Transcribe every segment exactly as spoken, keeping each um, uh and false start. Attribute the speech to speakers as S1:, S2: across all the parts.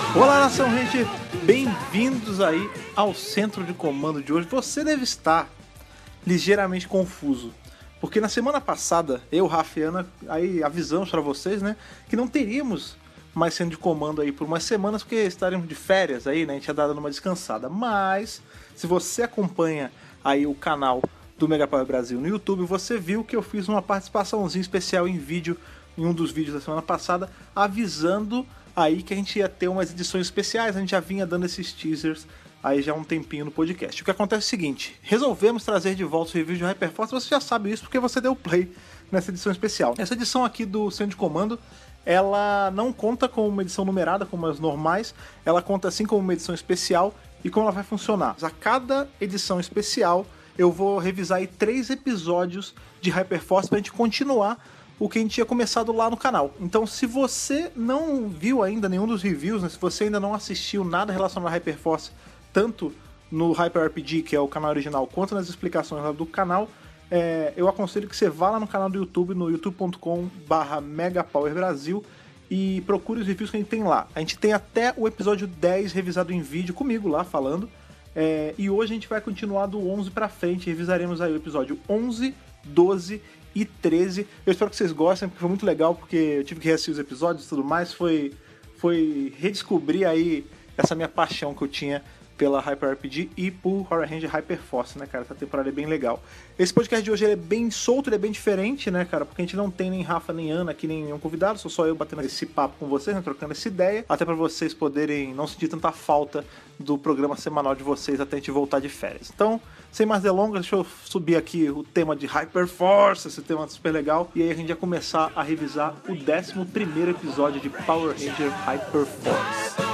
S1: Olá, Nação Ranger! Bem-vindos aí ao centro de comando de hoje. Você deve estar ligeiramente confuso, porque na semana passada, eu, Rafa e Ana, aí avisamos para vocês, né, que não teríamos mais centro de comando aí por umas semanas, porque estaríamos de férias aí, né, a gente ia dado uma descansada. Mas, se você acompanha aí o canal do Mega Power Brasil no YouTube, você viu que eu fiz uma participaçãozinha especial em vídeo, em um dos vídeos da semana passada, avisando aí que a gente ia ter umas edições especiais. A gente já vinha dando esses teasers aí já há um tempinho no podcast. O que acontece é o seguinte: resolvemos trazer de volta os reviews de Hyperforce. Você já sabe isso porque você deu play nessa edição especial. Essa edição aqui do Centro de Comando, ela não conta com uma edição numerada como as normais, ela conta assim como uma edição especial. E como ela vai funcionar? A cada edição especial eu vou revisar aí três episódios de Hyperforce pra gente continuar o que a gente tinha começado lá no canal. Então, se você não viu ainda nenhum dos reviews, né, se você ainda não assistiu nada relacionado a Hyperforce, tanto no Hyper R P G, que é o canal original, quanto nas explicações lá do canal, é, eu aconselho que você vá lá no canal do YouTube, no youtube ponto com barra megapowerbrasil, e procure os reviews que a gente tem lá. A gente tem até o episódio dez revisado em vídeo comigo lá falando, é, e hoje a gente vai continuar do onze pra frente. Revisaremos aí o episódio onze, doze e treze. Eu espero que vocês gostem, porque foi muito legal, porque eu tive que reassistir os episódios e tudo mais. Foi, foi redescobrir aí essa minha paixão que eu tinha pela Hyper R P G e por Power Ranger Hyperforce, né, cara? Essa temporada é bem legal. Esse podcast de hoje ele é bem solto, ele é bem diferente, né, cara? Porque a gente não tem nem Rafa, nem Ana aqui, nem nenhum convidado, sou só eu batendo esse papo com vocês, né, trocando essa ideia, até pra vocês poderem não sentir tanta falta do programa semanal de vocês até a gente voltar de férias. Então, sem mais delongas, deixa eu subir aqui o tema de Hyperforce, esse tema super legal, e aí a gente vai começar a revisar o décimo primeiro episódio de Power Ranger Hyperforce.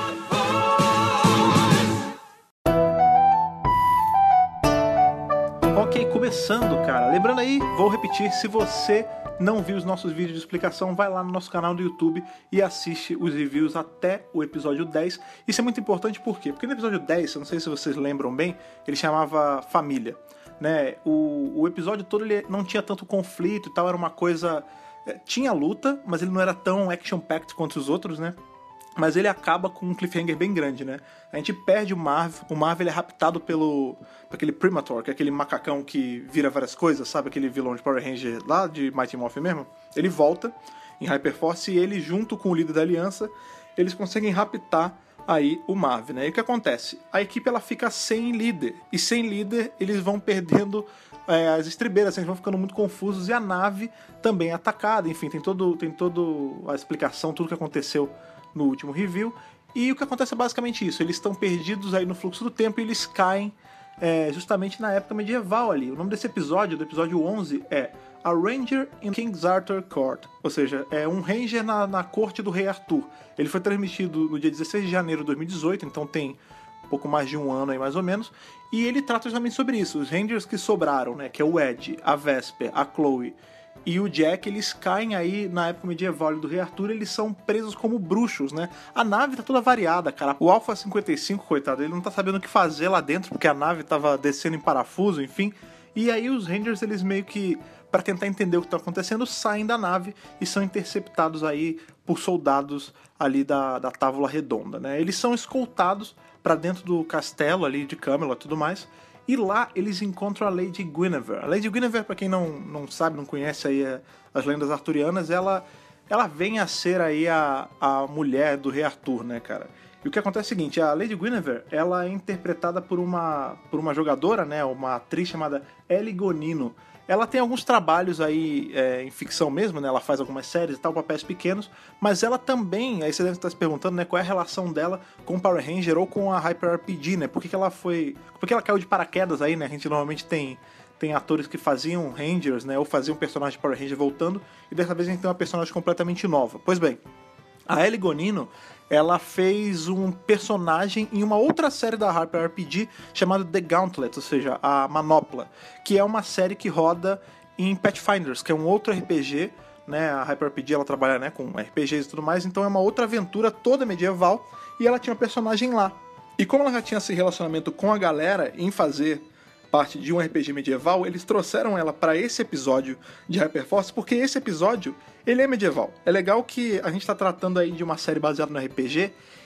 S1: Ok, começando, cara. Lembrando aí, vou repetir, se você não viu os nossos vídeos de explicação, vai lá no nosso canal do YouTube e assiste os reviews até o episódio dez. Isso é muito importante, por quê? Porque no episódio dez, eu não sei se vocês lembram bem, ele chamava Família, né? O, o episódio todo ele não tinha tanto conflito e tal, era uma coisa... Tinha luta, mas ele não era tão action-packed quanto os outros, né? Mas ele acaba com um cliffhanger bem grande, né? A gente perde o Marv, o Marv ele é raptado pelo por aquele Primator, que é aquele macacão que vira várias coisas, sabe? Aquele vilão de Power Ranger lá de Mighty Morphin mesmo. Ele volta em Hyperforce e ele, junto com o líder da aliança, eles conseguem raptar aí o Marv, né? E o que acontece? A equipe ela fica sem líder, e sem líder eles vão perdendo é, as estribeiras, eles vão ficando muito confusos, e a nave também é atacada. Enfim, tem todo, tem todo a explicação, tudo que aconteceu no último review. E o que acontece é basicamente isso: eles estão perdidos aí no fluxo do tempo e eles caem é, justamente na época medieval ali. O nome desse episódio, do episódio onze, é A Ranger in King Arthur Court, ou seja, é um Ranger na, na corte do rei Arthur. Ele foi transmitido no dia dezesseis de janeiro de dois mil e dezoito, então tem um pouco mais de um ano aí mais ou menos, e ele trata justamente sobre isso. Os Rangers que sobraram, né, que é o Ed, a Vesper, a Chloe e o Jack, eles caem aí na época medieval do rei Arthur, eles são presos como bruxos, né? A nave tá toda variada, cara. O Alpha cinquenta e cinco, coitado, ele não tá sabendo o que fazer lá dentro, porque a nave tava descendo em parafuso, enfim. E aí os Rangers, eles meio que, pra tentar entender o que tá acontecendo, saem da nave e são interceptados aí por soldados ali da, da Távola Redonda, né? Eles são escoltados pra dentro do castelo ali de Camelot e tudo mais. E lá eles encontram a Lady Guinevere. A Lady Guinevere, para quem não, não sabe, não conhece aí as lendas arturianas, ela, ela vem a ser aí a, a mulher do rei Arthur, né, cara? E o que acontece é o seguinte: a Lady Guinevere, ela é interpretada por uma, por uma jogadora, né, uma atriz chamada Ellie Gonino. Ela tem alguns trabalhos aí é, em ficção mesmo, né? Ela faz algumas séries e tal, papéis pequenos, mas ela também, aí você deve estar se perguntando, né, qual é a relação dela com o Power Ranger ou com a Hyper R P G, né? Por que, que ela foi... Por que ela caiu de paraquedas aí, né? A gente normalmente tem, tem atores que faziam Rangers, né? Ou faziam personagens de Power Ranger voltando, e dessa vez a gente tem uma personagem completamente nova. Pois bem, a Ellie Gonino, ela fez um personagem em uma outra série da Hyper R P G chamada The Gauntlet, ou seja, a Manopla, que é uma série que roda em Pathfinders, que é um outro R P G, né? A Hyper R P G ela trabalha, né, com R P Gs e tudo mais, então é uma outra aventura toda medieval, e ela tinha um personagem lá. E como ela já tinha esse relacionamento com a galera em fazer parte de um R P G medieval, eles trouxeram ela para esse episódio de Hyperforce, porque esse episódio, ele é medieval. É legal que a gente está tratando aí de uma série baseada no R P G,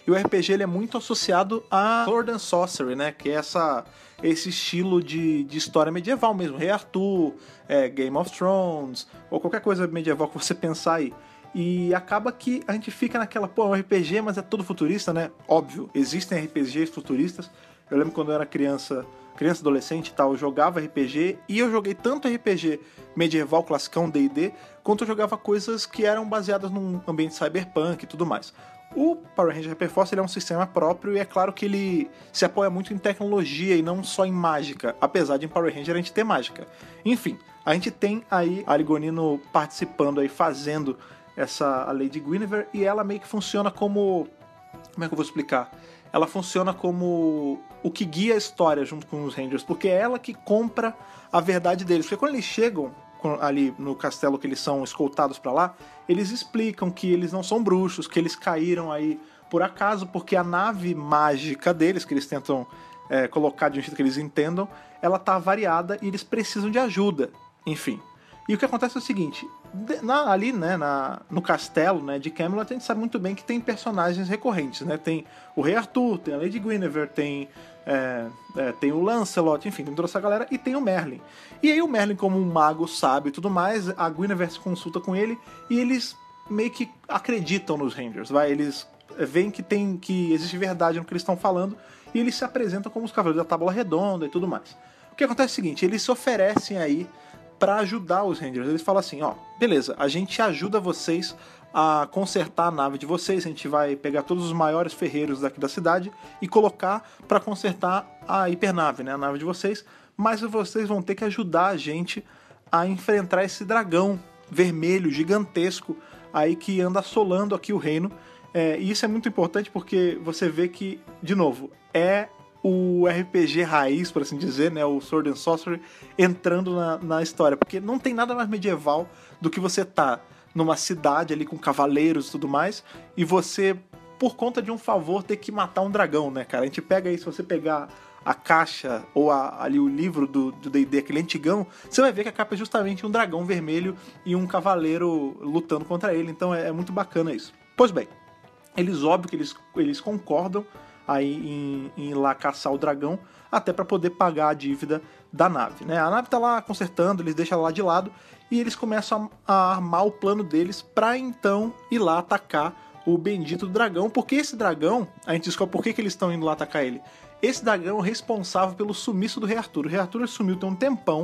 S1: E o R P G ele é muito associado a Sword and Sorcery, né? Que é essa, esse estilo de, de história medieval mesmo. Rei Arthur, é, Game of Thrones, ou qualquer coisa medieval que você pensar aí. E acaba que a gente fica naquela, pô, é um R P G, mas é todo futurista, né? Óbvio, existem R P Gs futuristas. Eu lembro quando eu era criança, criança adolescente e tal, eu jogava R P G, e eu joguei tanto R P G medieval, classicão, D e D, quanto eu jogava coisas que eram baseadas num ambiente cyberpunk e tudo mais. O Power Rangers Hyperforce ele é um sistema próprio e é claro que ele se apoia muito em tecnologia e não só em mágica, apesar de em Power Ranger a gente ter mágica. Enfim, a gente tem aí a Arigonino participando aí, fazendo essa a Lady Guinevere, e ela meio que funciona como... Como é que eu vou explicar? Ela funciona como o que guia a história junto com os Rangers, porque é ela que compra a verdade deles. Porque quando eles chegam ali no castelo, que eles são escoltados pra lá, eles explicam que eles não são bruxos, que eles caíram aí por acaso, porque a nave mágica deles, que eles tentam é, colocar de um jeito que eles entendam, ela tá variada e eles precisam de ajuda. Enfim. E o que acontece é o seguinte, na, ali né, na, no castelo né, de Camelot, a gente sabe muito bem que tem personagens recorrentes, né? Tem o Rei Arthur, tem a Lady Guinevere, tem, é, é, tem o Lancelot, enfim, tem toda essa galera, e tem o Merlin. E aí o Merlin, como um mago sábio e tudo mais, a Guinevere se consulta com ele, e eles meio que acreditam nos Rangers, vai? Eles veem que, tem, que existe verdade no que eles estão falando, e eles se apresentam como os Cavaleiros da Tábua Redonda e tudo mais. O que acontece é o seguinte, eles se oferecem aí para ajudar os Rangers. Eles falam assim, ó, beleza, a gente ajuda vocês a consertar a nave de vocês, a gente vai pegar todos os maiores ferreiros daqui da cidade e colocar para consertar a hipernave, né, a nave de vocês, mas vocês vão ter que ajudar a gente a enfrentar esse dragão vermelho, gigantesco, aí que anda assolando aqui o reino. É, e isso é muito importante porque você vê que, de novo, é o R P G raiz, por assim dizer, né, o Sword and Sorcery, entrando na, na história, porque não tem nada mais medieval do que você tá numa cidade ali com cavaleiros e tudo mais, e você, por conta de um favor, ter que matar um dragão, né, cara? A gente pega aí, se você pegar a caixa ou a, ali o livro do D e D, aquele antigão, você vai ver que a capa é justamente um dragão vermelho e um cavaleiro lutando contra ele, então é, é muito bacana isso. Pois bem, eles, óbvio que eles, eles concordam aí em, em ir lá caçar o dragão, até para poder pagar a dívida da nave, né? A nave tá lá consertando, eles deixam ela lá de lado, e eles começam a, a armar o plano deles para então ir lá atacar o bendito dragão, porque esse dragão, a gente descobre por que, que eles estão indo lá atacar ele. Esse dragão é o responsável pelo sumiço do Rei Arthur. O Rei Arthur sumiu tem um tempão,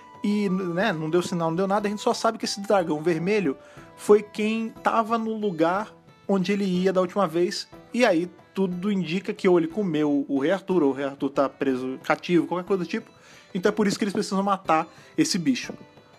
S1: e né, não deu sinal, não deu nada, a gente só sabe que esse dragão vermelho foi quem tava no lugar onde ele ia da última vez, e aí tudo indica que ou ele comeu o Rei Arthur, ou o Rei Arthur tá preso cativo, qualquer coisa do tipo. Então é por isso que eles precisam matar esse bicho.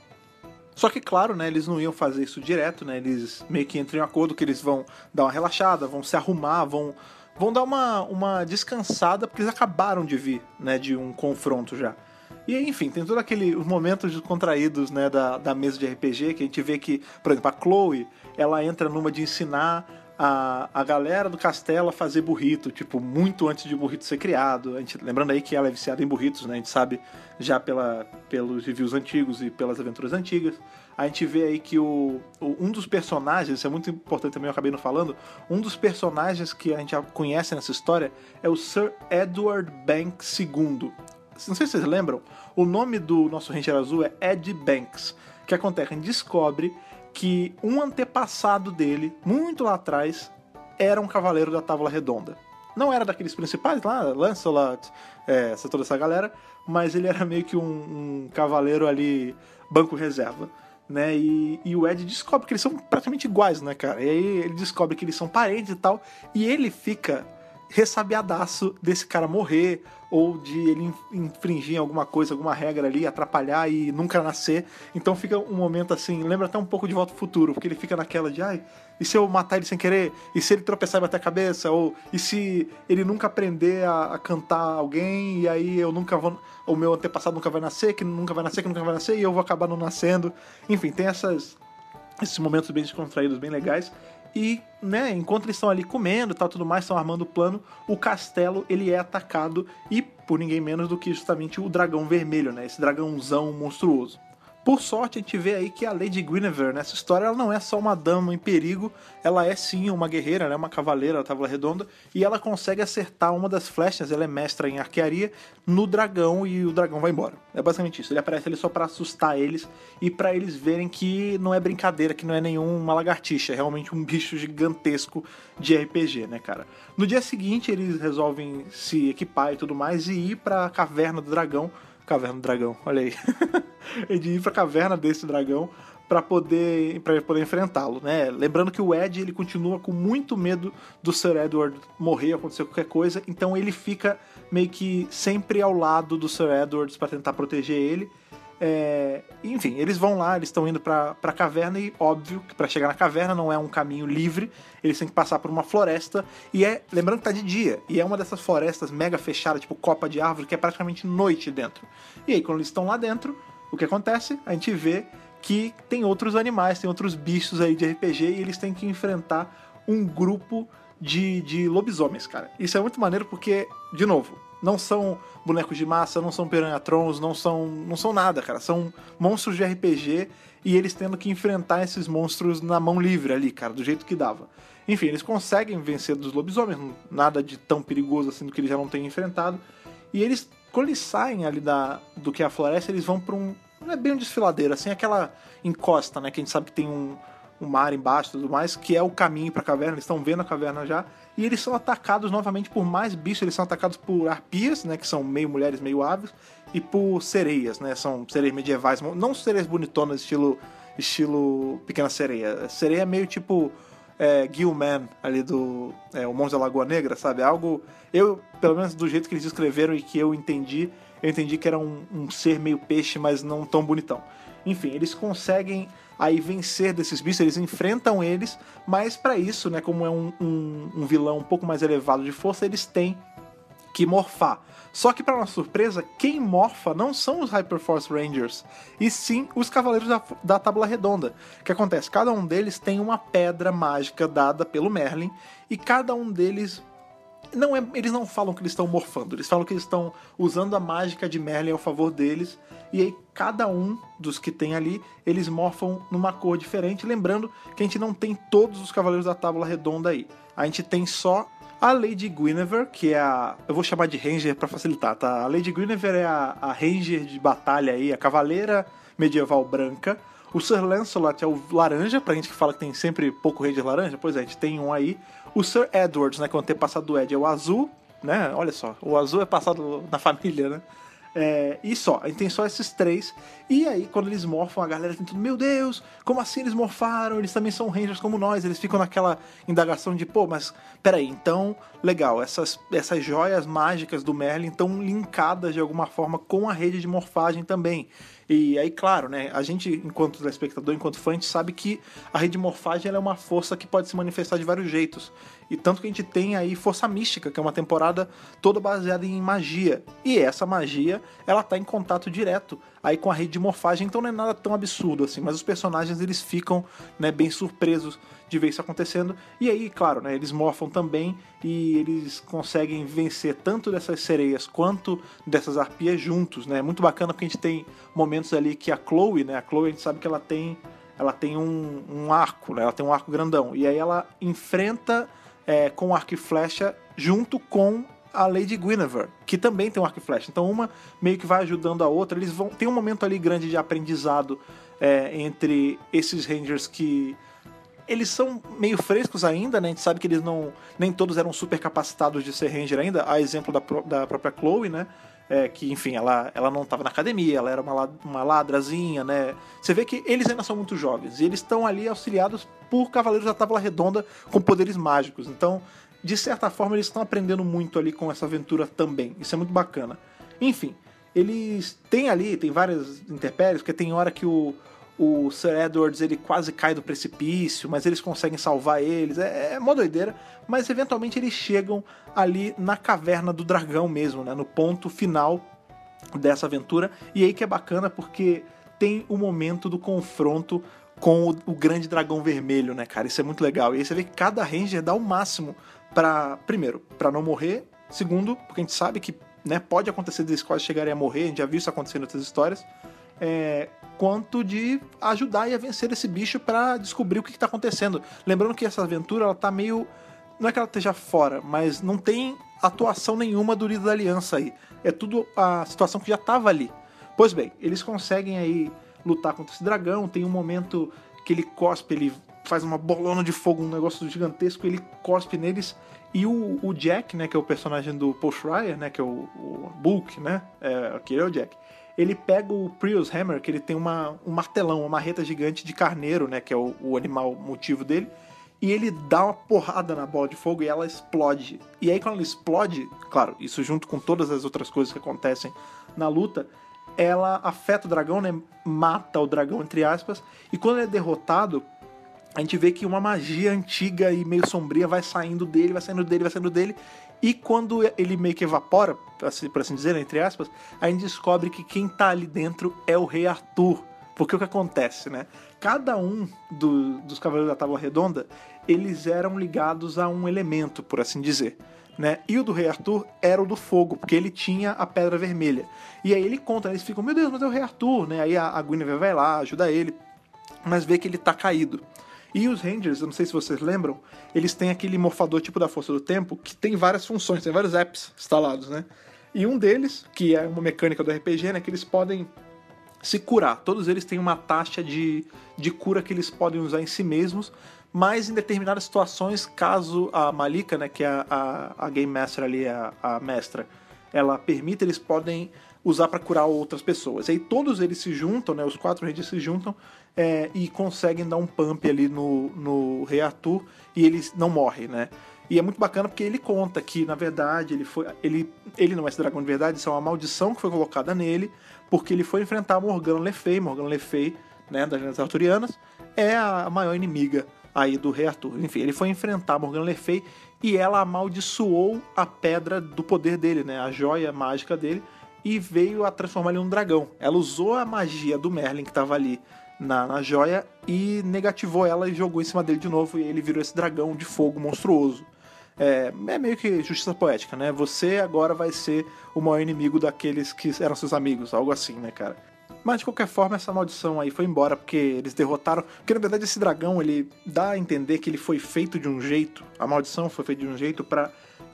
S1: Só que, claro, né, eles não iam fazer isso direto, né? Eles meio que entram em acordo que eles vão dar uma relaxada, vão se arrumar, vão, vão dar uma, uma descansada, porque eles acabaram de vir, né, de um confronto já. E enfim, tem todos aqueles momentos contraídos, né, da, da mesa de R P G, que a gente vê que, por exemplo, a Chloe, ela entra numa de ensinar A, a galera do castelo a fazer burrito, tipo, muito antes de o burrito ser criado. A gente, lembrando aí que ela é viciada em burritos, né? A gente sabe já pela, pelos reviews antigos e pelas aventuras antigas. A gente vê aí que o, o, um dos personagens, isso é muito importante também, eu acabei não falando, um dos personagens que a gente já conhece nessa história é o Sir Edward Banks segundo. Não sei se vocês lembram, o nome do nosso Ranger Azul é Ed Banks. O que acontece? A gente descobre que um antepassado dele, muito lá atrás, era um cavaleiro da Távola Redonda. Não era daqueles principais lá, Lancelot, é, essa, toda essa galera, mas ele era meio que um, um cavaleiro ali, banco reserva, né? E, e o Ed descobre que eles são praticamente iguais, né, cara? E aí ele descobre que eles são parentes e tal, e ele fica ressabiadaço desse cara morrer, ou de ele infringir alguma coisa, alguma regra ali, atrapalhar e nunca nascer. Então fica um momento assim, lembra até um pouco de Volta ao Futuro, porque ele fica naquela de, ai, e se eu matar ele sem querer? E se ele tropeçar e bater a cabeça? Ou e se ele nunca aprender a, a cantar alguém, e aí eu nunca vou, o meu antepassado nunca vai nascer, que nunca vai nascer, que nunca vai nascer, e eu vou acabar não nascendo. Enfim, tem essas, esses momentos bem descontraídos, bem legais. E, né, enquanto eles estão ali comendo e tal, tudo mais, estão armando o plano, o castelo, ele é atacado, e por ninguém menos do que justamente o dragão vermelho, né, esse dragãozão monstruoso. Por sorte, a gente vê aí que a Lady Guinevere, nessa história, ela não é só uma dama em perigo, ela é sim uma guerreira, ela é uma cavaleira da Tábua Redonda, e ela consegue acertar uma das flechas, ela é mestra em arquearia, no dragão, e o dragão vai embora. É basicamente isso, ele aparece ali só pra assustar eles, e pra eles verem que não é brincadeira, que não é nenhuma lagartixa, é realmente um bicho gigantesco de R P G, né, cara? No dia seguinte, eles resolvem se equipar e tudo mais, e ir pra caverna do dragão, Caverna do Dragão, olha aí. E de ir pra caverna desse dragão para poder, pra poder enfrentá-lo, né? Lembrando que o Ed, ele continua com muito medo do Sir Edward morrer, acontecer qualquer coisa, então ele fica meio que sempre ao lado do Sir Edward para tentar proteger ele. É, enfim, eles vão lá, eles estão indo pra, pra caverna e, óbvio, que pra chegar na caverna não é um caminho livre, eles têm que passar por uma floresta, e é, lembrando que tá de dia, e é uma dessas florestas mega fechadas, tipo copa de árvore, que é praticamente noite dentro. E aí, quando eles estão lá dentro, o que acontece? A gente vê que tem outros animais, tem outros bichos aí de R P G, e eles têm que enfrentar um grupo de, de lobisomens, cara. Isso é muito maneiro porque, de novo, não são bonecos de massa, não são piranhatrons, não são, não são nada, cara. São monstros de R P G e eles tendo que enfrentar esses monstros na mão livre ali, cara, do jeito que dava. Enfim, eles conseguem vencer dos lobisomens, nada de tão perigoso assim do que eles já não têm enfrentado. E eles, quando eles saem ali da, do que é a floresta, eles vão pra um... Não é bem um desfiladeiro, assim, aquela encosta, né, que a gente sabe que tem um... um mar embaixo e tudo mais, que é o caminho pra caverna, eles estão vendo a caverna já, e eles são atacados novamente por mais bichos, eles são atacados por arpias, né, que são meio mulheres, meio aves, e por sereias, né, são sereias medievais, não sereias bonitonas, estilo, estilo Pequena Sereia, sereia meio tipo é, Gilman, ali do é, O Monstro da Lagoa Negra, sabe, algo, eu, pelo menos do jeito que eles descreveram e que eu entendi, eu entendi que era um, um ser meio peixe, mas não tão bonitão. Enfim, eles conseguem aí vencer desses bichos, eles enfrentam eles, mas para isso, né, como é um, um, um vilão um pouco mais elevado de força, eles têm que morfar. Só que, para nossa surpresa, quem morfa não são os Hyperforce Rangers, e sim os Cavaleiros da, da Tábua Redonda. O que acontece? Cada um deles tem uma pedra mágica dada pelo Merlin, e cada um deles... Não é, eles não falam que eles estão morfando, eles falam que eles estão usando a mágica de Merlin ao favor deles, e aí cada um dos que tem ali, eles morfam numa cor diferente, lembrando que a gente não tem todos os Cavaleiros da Tábua Redonda aí, a gente tem só a Lady Guinevere, que é a... eu vou chamar de Ranger pra facilitar, tá? A Lady Guinevere é a, a Ranger de batalha aí, a Cavaleira Medieval Branca. O Sir Lancelot é o laranja, pra gente que fala que tem sempre pouco Ranger laranja, pois é, a gente tem um aí. O Sir Edward, né, que é o antepassado do Ed, é o azul, né, olha só, o azul é passado na família, né. É, e só, a gente tem só esses três. E aí, quando eles morfam, a galera tem tudo, meu Deus, como assim eles morfaram? Eles também são Rangers como nós. Eles ficam naquela indagação de, pô, mas peraí, então, legal, essas, essas joias mágicas do Merlin estão linkadas de alguma forma com a rede de morfagem também. E aí, claro, né, a gente, enquanto telespectador, enquanto fã, a gente sabe que a rede de morfagem ela é uma força que pode se manifestar de vários jeitos. E tanto que a gente tem aí Força Mística, que é uma temporada toda baseada em magia. E essa magia, ela tá em contato direto aí com a rede de morfagem, então não é nada tão absurdo assim, mas os personagens, eles ficam, né, bem surpresos de ver isso acontecendo. E aí, claro, né, eles morfam também e eles conseguem vencer tanto dessas sereias quanto dessas arpias juntos, né? É muito bacana porque a gente tem momentos ali que a Chloe, né, a Chloe a gente sabe que ela tem, ela tem um, um arco, né, ela tem um arco grandão, e aí ela enfrenta é, com arco e flecha junto com a Lady Guinevere, que também tem um arco e flecha. Então uma meio que vai ajudando a outra. Eles vão tem um momento ali grande de aprendizado é, entre esses Rangers que eles são meio frescos ainda, né? A gente sabe que eles não nem todos eram super capacitados de ser Ranger ainda. A exemplo da, da própria Chloe, né? É, que, enfim, ela, ela não estava na academia, ela era uma, uma ladrazinha, né? Você vê que eles ainda são muito jovens e eles estão ali auxiliados por Cavaleiros da Tábua Redonda com poderes mágicos. Então, de certa forma, eles estão aprendendo muito ali com essa aventura também. Isso é muito bacana. Enfim, eles têm ali, tem várias intempéries, porque tem hora que o, o Sir Edwards, ele quase cai do precipício, mas eles conseguem salvar eles. É, é mó doideira, mas eventualmente eles chegam ali na caverna do dragão mesmo, né? No ponto final dessa aventura. E aí que é bacana, porque tem o momento do confronto com o, o grande dragão vermelho, né, cara? Isso é muito legal. E aí você vê que cada Ranger dá o máximo pra, primeiro, pra não morrer. Segundo, porque a gente sabe que, né, pode acontecer deles quase chegarem a morrer. A gente já viu isso acontecer em outras histórias. É, quanto de ajudar e a vencer esse bicho para descobrir o que está acontecendo. Lembrando que essa aventura, ela tá meio... Não é que ela esteja fora, mas não tem atuação nenhuma do líder da aliança aí. É tudo a situação que já estava ali. Pois bem, eles conseguem aí lutar contra esse dragão, tem um momento que ele cospe, ele faz uma bolona de fogo, um negócio gigantesco, ele cospe neles, e o, o Jack, né, que é o personagem do Paul Schreier, né, que é o, o Bulk, né, é, aqui é o Jack, ele pega o Prius Hammer, que ele tem uma, um martelão, uma marreta gigante de carneiro, né, que é o, o animal motivo dele, e ele dá uma porrada na bola de fogo e ela explode. E aí quando ela explode, claro, isso junto com todas as outras coisas que acontecem na luta, ela afeta o dragão, né, mata o dragão, entre aspas, e quando ele é derrotado, a gente vê que uma magia antiga e meio sombria vai saindo dele, vai saindo dele, vai saindo dele, e quando ele meio que evapora, por assim dizer, entre aspas, a gente descobre que quem tá ali dentro é o Rei Arthur. Porque o que acontece, né? Cada um do, dos Cavaleiros da Tábua Redonda, eles eram ligados a um elemento, por assim dizer, né? E o do Rei Arthur era o do fogo, porque ele tinha a Pedra Vermelha. E aí ele conta, né? Eles ficam, meu Deus, mas é o Rei Arthur, né? Aí a, a Guinevere vai lá, ajuda ele, mas vê que ele tá caído. E os Rangers, eu não sei se vocês lembram, eles têm aquele morfador tipo da Força do Tempo, que tem várias funções, tem vários apps instalados, né? E um deles, que é uma mecânica do R P G, né? Que eles podem se curar. Todos eles têm uma taxa de, de cura que eles podem usar em si mesmos, mas em determinadas situações, caso a Malika, né, que é a, a, a Game Master ali, a, a mestra, ela permita, eles podem usar para curar outras pessoas. E aí todos eles se juntam, né, os quatro Rangers se juntam é, e conseguem dar um pump ali no, no Rei Arthur e ele não morre, né? E é muito bacana porque ele conta que, na verdade, ele foi. Ele, ele não é esse dragão de verdade, isso é uma maldição que foi colocada nele, porque ele foi enfrentar Morgana Le Fay. Morgana Le Fay, né, das lendas arturianas, é a maior inimiga aí do Rei Arthur. Enfim, ele foi enfrentar Morgana Le Fay e ela amaldiçoou a pedra do poder dele, né, a joia mágica dele, e veio a transformar ele num dragão. Ela usou a magia do Merlin que estava ali na, na joia e negativou ela e jogou em cima dele de novo, e ele virou esse dragão de fogo monstruoso. É, é meio que justiça poética, né? Você agora vai ser o maior inimigo daqueles que eram seus amigos, algo assim, né, cara? Mas de qualquer forma, essa maldição aí foi embora porque eles derrotaram. Porque na verdade esse dragão, ele dá a entender que ele foi feito de um jeito, a maldição foi feita de um jeito pra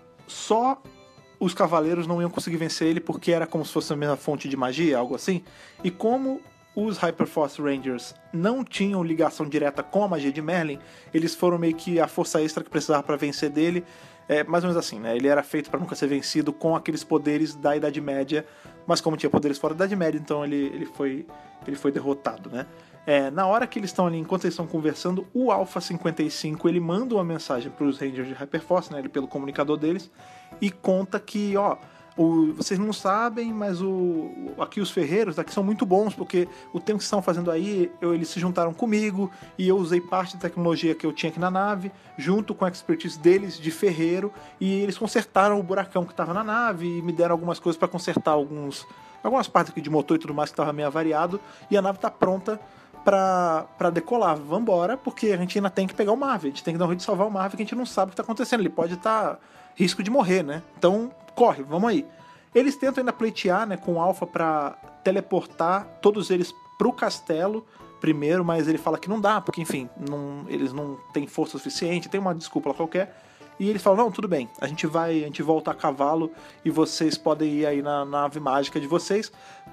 S1: só os cavaleiros não iam conseguir vencer ele, porque era como se fosse a mesma fonte de magia, algo assim. E como os Hyperforce Rangers não tinham ligação direta com a magia de Merlin, eles foram meio que a força extra que precisava para vencer dele. É mais ou menos assim, né? Ele era feito para nunca ser vencido com aqueles poderes da Idade Média, mas como tinha poderes fora da Idade Média, então ele, ele, foi, ele foi derrotado, né? É, na hora que eles estão ali, enquanto eles estão conversando, o Alpha cinquenta e cinco, ele manda uma mensagem para os Rangers de Hyperforce, né? Ele, pelo comunicador deles, e conta que, ó, O, vocês não sabem, mas o, aqui os ferreiros daqui são muito bons, porque o tempo que estão fazendo aí, eu, eles se juntaram comigo e eu usei parte da tecnologia que eu tinha aqui na nave, junto com a expertise deles de ferreiro, e eles consertaram o buracão que estava na nave e me deram algumas coisas para consertar alguns, algumas partes aqui de motor e tudo mais que estava meio avariado, e a nave está pronta para decolar. Vambora, porque a gente ainda tem que pegar o Marvel, a gente tem que dar um jeito de salvar o Marvel, que a gente não sabe o que está acontecendo, ele pode estar tá risco de morrer, né? Então corre, vamos aí. Eles tentam ainda pleitear, né, com o Alpha pra teleportar todos eles pro castelo primeiro, mas ele fala que não dá, porque enfim, não, eles não têm força suficiente, tem uma desculpa lá qualquer. E eles falam, não, tudo bem, a gente vai, a gente volta a cavalo e vocês podem ir aí na nave mágica de vocês,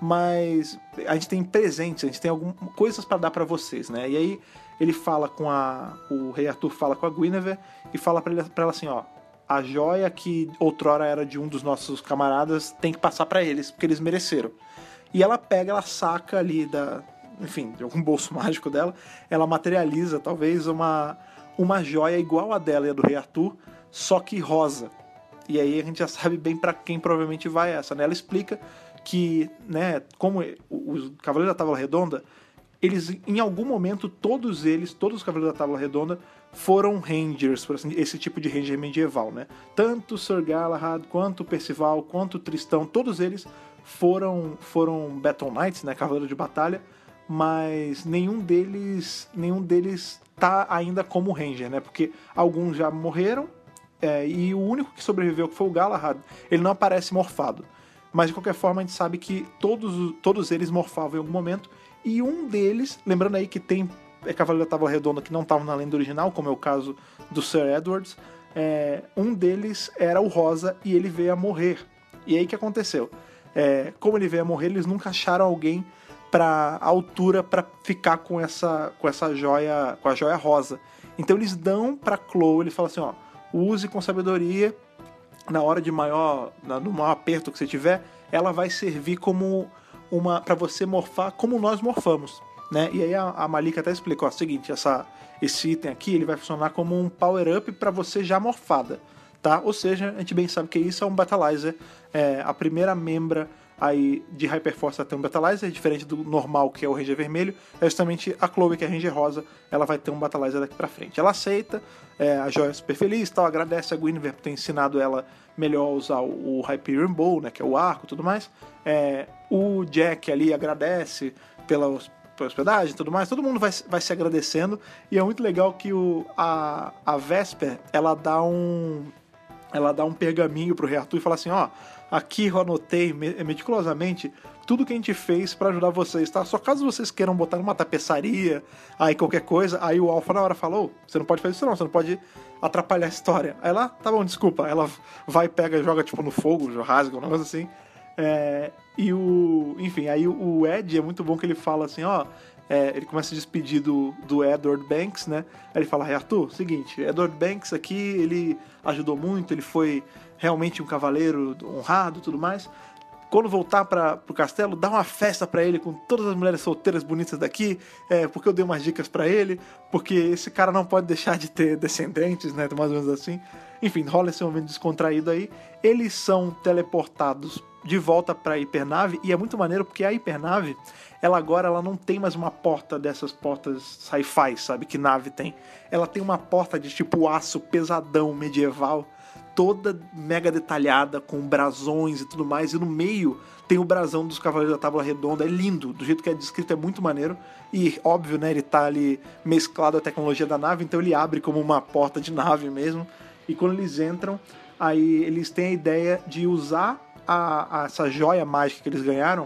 S1: mas a gente tem presentes, a gente tem algumas coisas para dar para vocês, né? E aí ele fala com a... o Rei Arthur fala com a Guinevere e fala pra, ele, pra ela assim, ó, a joia que outrora era de um dos nossos camaradas tem que passar para eles, porque eles mereceram. E ela pega, ela saca ali da, enfim, de algum bolso mágico dela, ela materializa talvez uma, uma joia igual a dela e a do Rei Arthur, só que rosa. E aí a gente já sabe bem para quem provavelmente vai essa, né? Ela explica que, né, como os Cavaleiros da Tábua Redonda, eles, em algum momento, todos eles, todos os Cavaleiros da Tábua Redonda foram Rangers, por assim, esse tipo de Ranger medieval, né? Tanto Sir Galahad, quanto Percival, quanto Tristão, todos eles foram, foram Battle Knights, né? Cavaleiro de batalha, mas nenhum deles, nenhum deles tá ainda como Ranger, né? Porque alguns já morreram, é, e o único que sobreviveu, que foi o Galahad, ele não aparece morfado. Mas de qualquer forma a gente sabe que todos, todos eles morfavam em algum momento, e um deles, lembrando aí que tem é, Cavaleiro da Távola Redonda que não estava na lenda original, como é o caso do Sir Edwards, é, um deles era o Rosa e ele veio a morrer. E aí o que aconteceu? É, como ele veio a morrer, eles nunca acharam alguém para altura para ficar com essa, com essa joia, com a joia rosa. Então eles dão para Chloe, eles falam assim, ó, use com sabedoria, na hora de maior, no maior aperto que você tiver, ela vai servir como uma para você morfar como nós morfamos, né? E aí a, a Malika até explicou, ó, o seguinte, essa, esse item aqui, ele vai funcionar como um power-up para você já morfada, tá? Ou seja, a gente bem sabe que isso é um Battleizer, é, a primeira membra aí de Hyperforce a ter um Battleizer, diferente do normal, que é o Ranger vermelho, é justamente a Chloe, que é a Ranger rosa, ela vai ter um Battleizer daqui pra frente. Ela aceita, é, a Joia é super feliz, tal, agradece a Guinevere por ter ensinado ela melhor a usar o, o Hyperion Bow, né, que é o arco e tudo mais. É, o Jack ali agradece pela, pela hospedagem e tudo mais, todo mundo vai, vai se agradecendo, e é muito legal que o, a, a Vesper, ela dá um... ela dá um pergaminho pro Rei Arthur e fala assim, ó, aqui eu anotei meticulosamente tudo que a gente fez pra ajudar vocês, tá? Só caso vocês queiram botar numa tapeçaria, aí qualquer coisa, aí o Alpha na hora falou, você não pode fazer isso não, você não pode atrapalhar a história. Aí lá, tá bom, desculpa, ela vai, pega e joga tipo no fogo, rasga, um negócio assim. É, e o... enfim, aí o Ed é muito bom que ele fala assim, ó, É, ele começa a despedir do, do Edward Banks, né? Aí ele fala, hey, Arthur, seguinte, Edward Banks aqui, ele ajudou muito, ele foi realmente um cavaleiro honrado e tudo mais. Quando voltar para pro castelo, dá uma festa para ele com todas as mulheres solteiras bonitas daqui, é, porque eu dei umas dicas para ele, porque esse cara não pode deixar de ter descendentes, né? Mais ou menos assim. Enfim, rola esse momento descontraído aí. Eles são teleportados de volta para a hipernave, e é muito maneiro porque a hipernave, ela agora ela não tem mais uma porta dessas portas sci-fi, sabe, que nave tem. Ela tem uma porta de tipo aço pesadão medieval, toda mega detalhada, com brasões e tudo mais, e no meio tem o brasão dos Cavaleiros da Távola Redonda. É lindo, do jeito que é descrito, é muito maneiro, e óbvio, né, ele tá ali mesclado à tecnologia da nave, então ele abre como uma porta de nave mesmo, e quando eles entram, aí eles têm a ideia de usar a, a, essa joia mágica que eles ganharam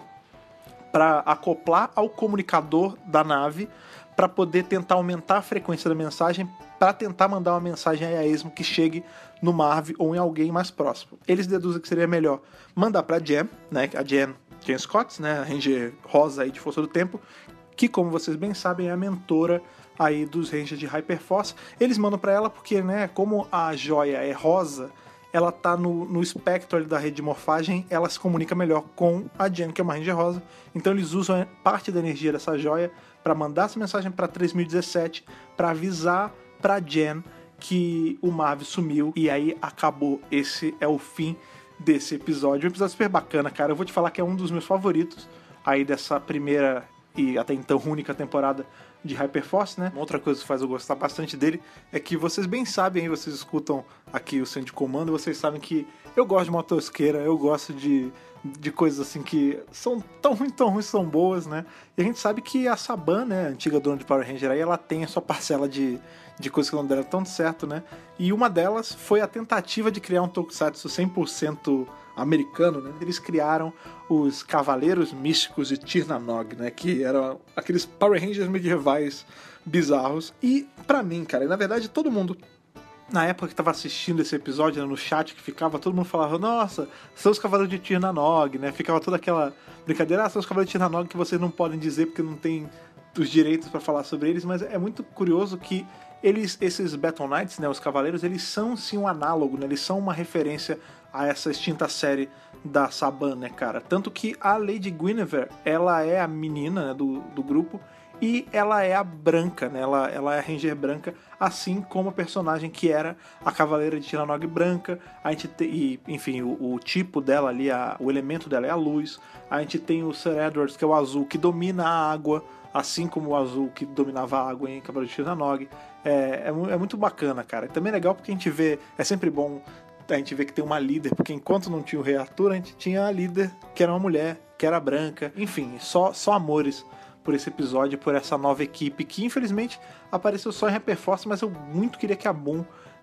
S1: para acoplar ao comunicador da nave, para poder tentar aumentar a frequência da mensagem, para tentar mandar uma mensagem a esmo que chegue no Marv ou em alguém mais próximo. Eles deduzem que seria melhor mandar para a Jen, né, a Jen, Jen Scott, né, a Ranger rosa aí de Força do Tempo, que, como vocês bem sabem, é a mentora aí dos Rangers de Hyperforce. Eles mandam para ela porque, né, como a joia é rosa, ela tá no, no espectro ali da rede de morfagem, ela se comunica melhor com a Jen, que é uma Ranger rosa. Então eles usam parte da energia dessa joia para mandar essa mensagem para três mil e dezessete, para avisar para Jen que o Marv sumiu, e aí acabou. Esse é o fim desse episódio. Um episódio super bacana, cara. Eu vou te falar que é um dos meus favoritos aí dessa primeira e até então única temporada de Hyperforce, né? Uma outra coisa que faz eu gostar bastante dele é que vocês bem sabem, aí vocês escutam aqui o Centro de Comando, vocês sabem que eu gosto de motosqueira, eu gosto de, de coisas assim que são tão ruins, tão ruins, são boas, né? E a gente sabe que a Saban, né, a antiga dona de Power Ranger, aí ela tem a sua parcela de, de coisas que não deram tão certo, né? E uma delas foi a tentativa de criar um tokusatsu cem por cento americano, né? Eles criaram os Cavaleiros Místicos de Tirnanog, né? Que eram aqueles Power Rangers medievais bizarros. E pra mim, cara, e na verdade todo mundo na época que tava assistindo esse episódio, né, no chat que ficava, todo mundo falava, nossa, são os Cavaleiros de Tirnanog, né? Ficava toda aquela brincadeira, ah, são os Cavaleiros de Tirnanog que vocês não podem dizer porque não tem os direitos para falar sobre eles, mas é muito curioso que eles, esses Battle Knights, né, os Cavaleiros, eles são sim um análogo, né? Eles são uma referência a essa extinta série da Saban, né, cara? Tanto que a Lady Guinevere, ela é a menina, né, do, do grupo, e ela é a branca, né? Ela, ela é a Ranger branca, assim como a personagem que era a Cavaleira de Tirnanog branca. A gente tem, e, enfim, o, o tipo dela ali, a, o elemento dela é a luz. A gente tem o Sir Edwards, que é o azul, que domina a água, assim como o azul que dominava a água em Cavaleiro de Tirnanog. É, é, é muito bacana, cara. E também é legal porque a gente vê, é sempre bom a gente vê que tem uma líder, porque enquanto não tinha o Rei Arthur, a gente tinha a líder, que era uma mulher, que era branca. Enfim, só, só amores por esse episódio, por essa nova equipe, que infelizmente apareceu só em Hyperforce, mas eu muito queria que a Boom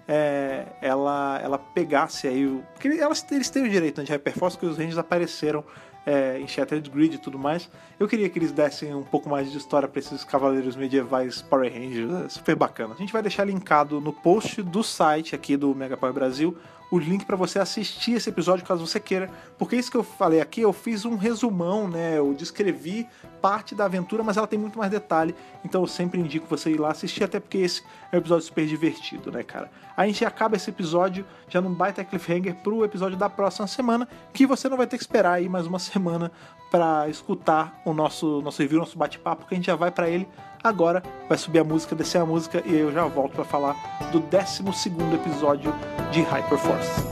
S1: é, ela, ela pegasse aí o... Porque elas, eles têm o direito, né, de Hyperforce, que os Rangers apareceram é, em Shattered Grid e tudo mais. Eu queria que eles dessem um pouco mais de história pra esses cavaleiros medievais Power Rangers, é super bacana. A gente vai deixar linkado no post do site aqui do Mega Power Brasil o link para você assistir esse episódio caso você queira, porque isso que eu falei aqui, eu fiz um resumão, né, eu descrevi parte da aventura, mas ela tem muito mais detalhe, então eu sempre indico você ir lá assistir, até porque esse é um episódio super divertido, né, cara. A gente acaba esse episódio já num baita cliffhanger pro episódio da próxima semana, que você não vai ter que esperar aí mais uma semana para escutar o nosso, nosso review, nosso bate-papo, que a gente já vai para ele agora, vai subir a música, descer a música e aí eu já volto para falar do décimo segundo episódio de Hyperforce.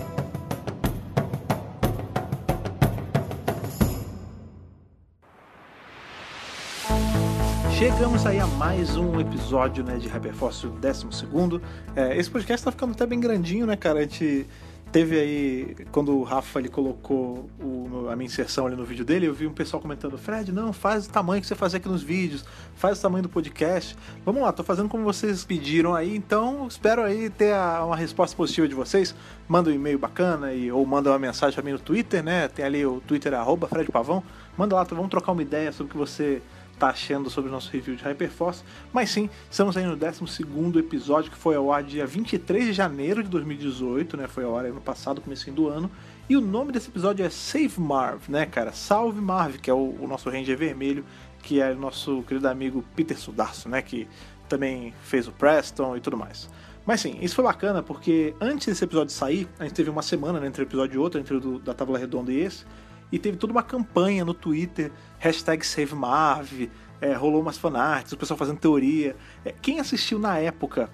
S1: Chegamos aí a mais um episódio, né, de Hyperforce, o décimo segundo. É, esse podcast tá ficando até bem grandinho, né, cara? A gente teve aí, quando o Rafa ele colocou o, a minha inserção ali no vídeo dele, eu vi um pessoal comentando: Fred, não, faz o tamanho que você fazia aqui nos vídeos, faz o tamanho do podcast. Vamos lá, tô fazendo como vocês pediram aí, então espero aí ter a, uma resposta positiva de vocês. Manda um e-mail bacana e, ou manda uma mensagem pra mim no Twitter, né? Tem ali o Twitter, arroba Fred Pavão. Manda lá, vamos trocar uma ideia sobre o que você tá achando sobre o nosso review de Hyperforce. Mas sim, estamos aí no décimo segundo episódio, que foi ao ar dia vinte e três de janeiro de dois mil e dezoito, né? Foi ao ar ano passado, comecinho do ano. E o nome desse episódio é Save Marv, né, cara? Salve Marv, que é o, o nosso Ranger vermelho, que é o nosso querido amigo Peter Sudarso, né? Que também fez o Preston e tudo mais. Mas sim, isso foi bacana porque antes desse episódio sair, a gente teve uma semana, né, entre um episódio e outro, entre o do, da Tábua Redonda e esse, e teve toda uma campanha no Twitter, hashtag SaveMarv, é, rolou umas fanarts, o pessoal fazendo teoria. É, quem assistiu na época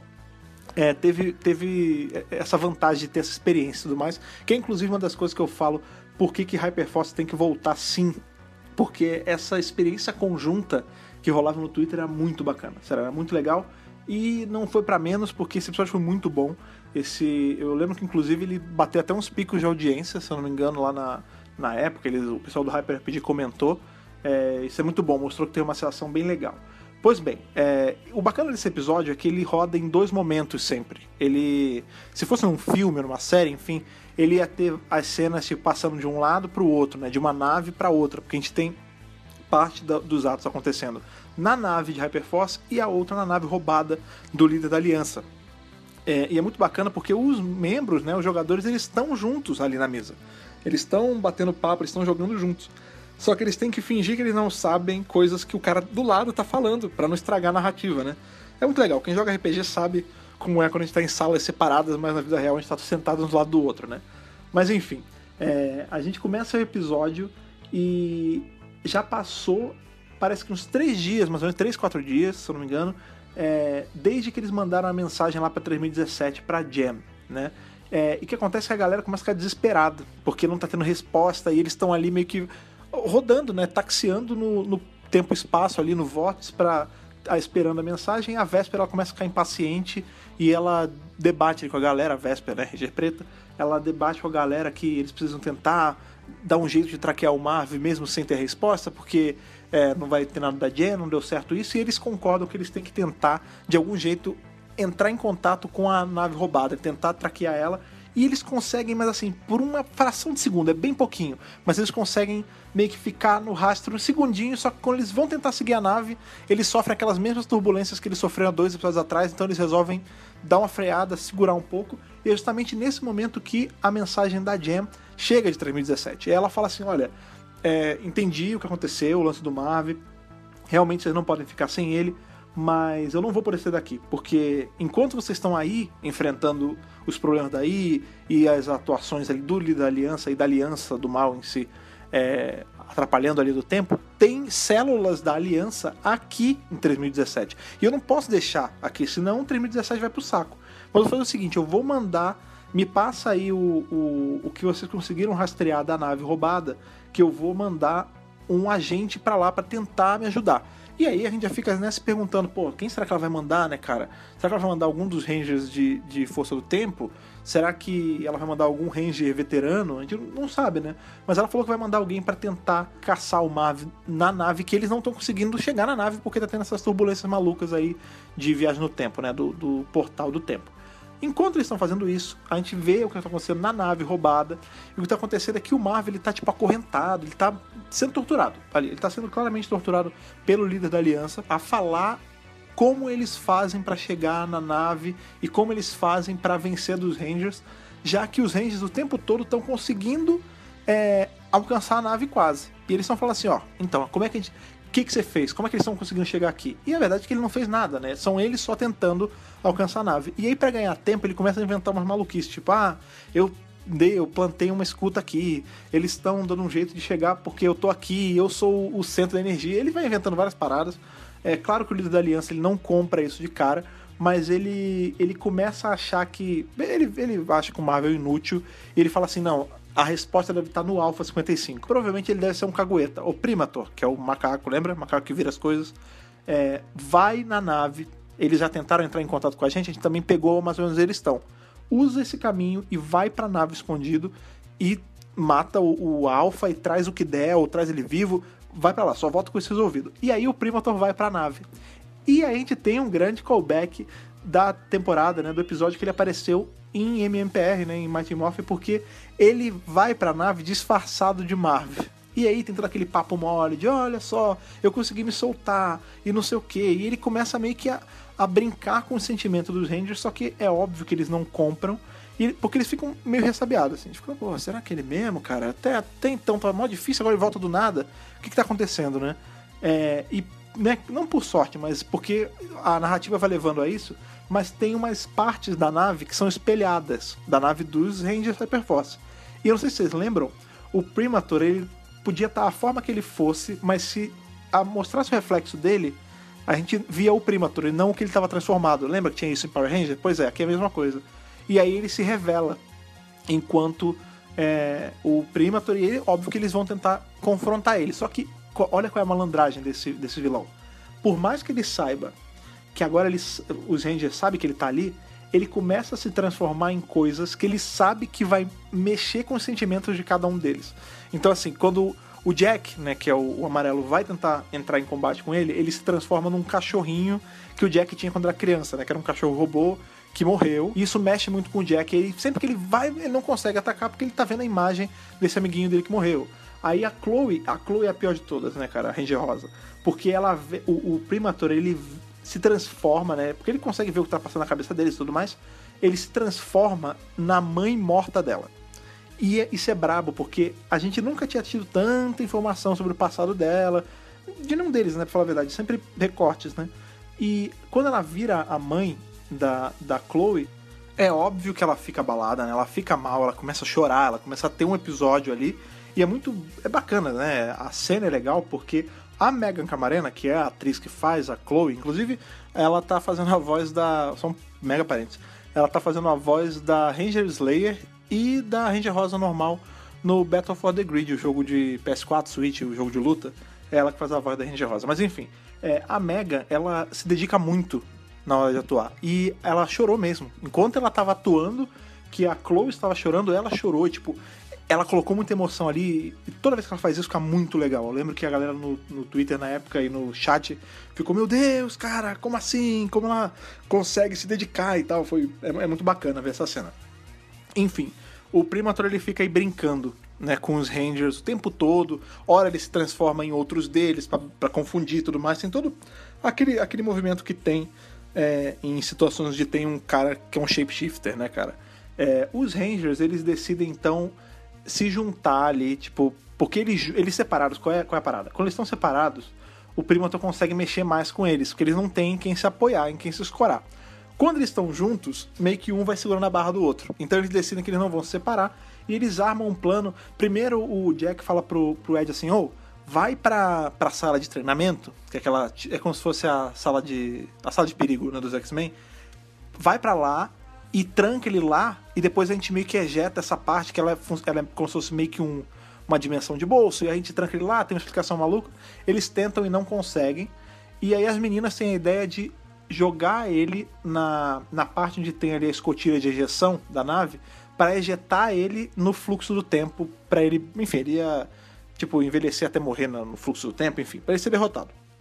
S1: é, teve, teve essa vantagem de ter essa experiência e tudo mais, que é inclusive uma das coisas que eu falo, por que que Hyperforce tem que voltar sim, porque essa experiência conjunta que rolava no Twitter era muito bacana, sério, era muito legal, e não foi pra menos, porque esse episódio foi muito bom. Esse, eu lembro que inclusive ele bateu até uns picos de audiência, se eu não me engano, lá na... Na época, eles, o pessoal do Hyper R P G comentou, é, isso é muito bom, mostrou que tem uma sensação bem legal. Pois bem, é, o bacana desse episódio é que ele roda em dois momentos sempre. Ele, se fosse um filme, numa série, enfim, ele ia ter as cenas tipo, passando de um lado para o outro, né, de uma nave para outra, porque a gente tem parte da, dos atos acontecendo na nave de Hyperforce e a outra na nave roubada do líder da Aliança. É, e é muito bacana porque os membros, né, os jogadores, eles estão juntos ali na mesa. Eles estão batendo papo, eles estão jogando juntos. Só que eles têm que fingir que eles não sabem coisas que o cara do lado tá falando, pra não estragar a narrativa, né? É muito legal. Quem joga R P G sabe como é quando a gente tá em salas separadas, mas na vida real a gente tá sentado um do lado do outro, né? Mas enfim, é, a gente começa o episódio e já passou, parece que uns três dias, mais ou menos três, quatro dias, se eu não me engano, é, desde que eles mandaram a mensagem lá pra três mil e dezessete pra Jam, né? É, e o que acontece é que a galera começa a ficar desesperada, porque não tá tendo resposta e eles estão ali meio que rodando, né, taxiando no, no tempo e espaço ali no vórtice para tá esperando a mensagem. A Véspera ela começa a ficar impaciente e ela debate com a galera, a Véspera, né, Ranger Preta, ela debate com a galera que eles precisam tentar dar um jeito de traquear o Marv mesmo sem ter resposta, porque é, não vai ter nada da Jen, não deu certo isso, e eles concordam que eles têm que tentar de algum jeito entrar em contato com a nave roubada, tentar traquear ela, e eles conseguem, mas assim, por uma fração de segundo, é bem pouquinho, mas eles conseguem meio que ficar no rastro um segundinho, só que quando eles vão tentar seguir a nave, eles sofrem aquelas mesmas turbulências que eles sofreram há dois episódios atrás, então eles resolvem dar uma freada, segurar um pouco, e é justamente nesse momento que a mensagem da Jam chega de três mil e dezessete. E ela fala assim, olha, é, entendi o que aconteceu, o lance do Marv, realmente vocês não podem ficar sem ele, mas eu não vou poder ser daqui, porque enquanto vocês estão aí enfrentando os problemas daí e as atuações ali do líder da aliança e da aliança do mal em si, é, atrapalhando ali do tempo, tem células da aliança aqui em três mil e dezessete. E eu não posso deixar aqui, senão três mil e dezessete vai pro saco. Mas eu vou fazer o seguinte, eu vou mandar, me passa aí o, o, o que vocês conseguiram rastrear da nave roubada, que eu vou mandar um agente pra lá pra tentar me ajudar. E aí a gente já fica, né, se perguntando, pô, quem será que ela vai mandar, né, cara? Será que ela vai mandar algum dos Rangers de, de Força do Tempo? Será que ela vai mandar algum Ranger veterano? A gente não sabe, né? Mas ela falou que vai mandar alguém pra tentar caçar o Marv na nave, que eles não estão conseguindo chegar na nave porque tá tendo essas turbulências malucas aí de viagem no tempo, né? Do, do portal do tempo. Enquanto eles estão fazendo isso, a gente vê o que está acontecendo na nave roubada, e o que está acontecendo é que o Marvel ele tá tipo acorrentado, ele está sendo torturado ali, ele está sendo claramente torturado pelo líder da aliança a falar como eles fazem para chegar na nave e como eles fazem para vencer dos Rangers, já que os Rangers o tempo todo estão conseguindo é, alcançar a nave quase. E eles estão falando assim, ó, então, como é que a gente... O que, que você fez? Como é que eles estão conseguindo chegar aqui? E a verdade é que ele não fez nada, né? São eles só tentando alcançar a nave. E aí, pra ganhar tempo, ele começa a inventar umas maluquices. Tipo, ah, eu dei, eu plantei uma escuta aqui. Eles estão dando um jeito de chegar porque eu tô aqui, eu sou o centro da energia. Ele vai inventando várias paradas. É claro que o líder da aliança ele não compra isso de cara, mas ele, ele começa a achar que... Ele, ele acha que o Marvel é inútil. E ele fala assim, não... A resposta deve estar no Alpha cinquenta e cinco. Provavelmente ele deve ser um cagueta. O Primator, que é o macaco, lembra? O macaco que vira as coisas. É, vai na nave. Eles já tentaram entrar em contato com a gente. A gente também pegou mais ou menos eles estão. Usa esse caminho e vai pra nave escondido. E mata o, o Alpha e traz o que der. Ou traz ele vivo. Vai pra lá, só volta com isso resolvido. E aí o Primator vai pra nave. E aí a gente tem um grande callback da temporada, né, do episódio que ele apareceu em M M P R, né, em Mighty Morphin, porque ele vai pra nave disfarçado de Marvel. E aí tem todo aquele papo mole de, olha só, eu consegui me soltar, e não sei o que. E ele começa meio que a, a brincar com o sentimento dos Rangers, só que é óbvio que eles não compram, e, porque eles ficam meio ressabiados, assim. Ficam, pô, será que ele mesmo, cara? Até, até então tá mó difícil, agora ele volta do nada. O que que tá acontecendo, né? É, e né, não por sorte, mas porque a narrativa vai levando a isso, mas tem umas partes da nave que são espelhadas da nave dos Rangers Hyperforce. E eu não sei se vocês lembram, o Primator, ele podia estar a forma que ele fosse, mas se a, mostrasse o reflexo dele, a gente via o Primator e não o que ele estava transformado. Lembra que tinha isso em Power Ranger? Pois é, aqui é a mesma coisa. E aí ele se revela enquanto é, o Primator, e ele, óbvio que eles vão tentar confrontar ele. Só que olha qual é a malandragem desse, desse vilão. Por mais que ele saiba que agora eles, os Rangers sabem que ele tá ali, ele começa a se transformar em coisas que ele sabe que vai mexer com os sentimentos de cada um deles. Então assim, quando o Jack, né, que é o, o amarelo, vai tentar entrar em combate com ele, ele se transforma num cachorrinho que o Jack tinha quando era criança, né, que era um cachorro robô que morreu, e isso mexe muito com o Jack, e sempre que ele vai, ele não consegue atacar porque ele tá vendo a imagem desse amiguinho dele que morreu. Aí a Chloe, a Chloe é a pior de todas, né, cara, a Ranger Rosa, porque ela vê, o, o Primator, ele se transforma, né, porque ele consegue ver o que tá passando na cabeça deles e tudo mais, ele se transforma na mãe morta dela. E isso é brabo, porque a gente nunca tinha tido tanta informação sobre o passado dela, de nenhum deles, né, pra falar a verdade, sempre recortes, né, e quando ela vira a mãe da, da Chloe, é óbvio que ela fica abalada, né, ela fica mal, ela começa a chorar, ela começa a ter um episódio ali, e é muito, é bacana, né, a cena é legal, porque a Megan Camarena, que é a atriz que faz a Chloe, inclusive, ela tá fazendo a voz da... São mega parentes. Ela tá fazendo a voz da Ranger Slayer e da Ranger Rosa normal no Battle for the Grid, o jogo de P S quatro, Switch, o jogo de luta. É ela que faz a voz da Ranger Rosa. Mas enfim, é, a Megan, ela se dedica muito na hora de atuar. E ela chorou mesmo. Enquanto ela tava atuando, que a Chloe estava chorando, ela chorou, e, tipo... Ela colocou muita emoção ali, e toda vez que ela faz isso fica muito legal. Eu lembro que a galera no, no Twitter na época e no chat ficou, meu Deus, cara, como assim? Como ela consegue se dedicar e tal? Foi, é, é muito bacana ver essa cena. Enfim, o Primator ele fica aí brincando, né, com os Rangers o tempo todo. Ora ele se transforma em outros deles pra, pra confundir e tudo mais. Tem todo aquele, aquele movimento que tem é, em situações de tem um cara que é um shapeshifter, né, cara? É, os Rangers, eles decidem então se juntar ali, tipo, porque eles, eles separados, qual é, qual é a parada? Quando eles estão separados, o Primator consegue mexer mais com eles, porque eles não têm em quem se apoiar, em quem se escorar. Quando eles estão juntos, meio que um vai segurando a barra do outro. Então eles decidem que eles não vão se separar, e eles armam um plano. Primeiro o Jack fala pro, pro Ed assim, ô, oh, vai pra, pra sala de treinamento, que é aquela, é como se fosse a sala de, a sala de perigo, né, dos X-Men, vai pra lá, e tranca ele lá, e depois a gente meio que ejeta essa parte, que ela é, ela é como se fosse meio que um, uma dimensão de bolso, e a gente tranca ele lá, tem uma explicação maluca. Eles tentam e não conseguem, e aí as meninas têm a ideia de jogar ele na, na parte onde tem ali a escotilha de ejeção da nave, para ejetar ele no fluxo do tempo, para ele, enfim, ele ia tipo, envelhecer até morrer no fluxo do tempo, enfim, para ele ser derrotado.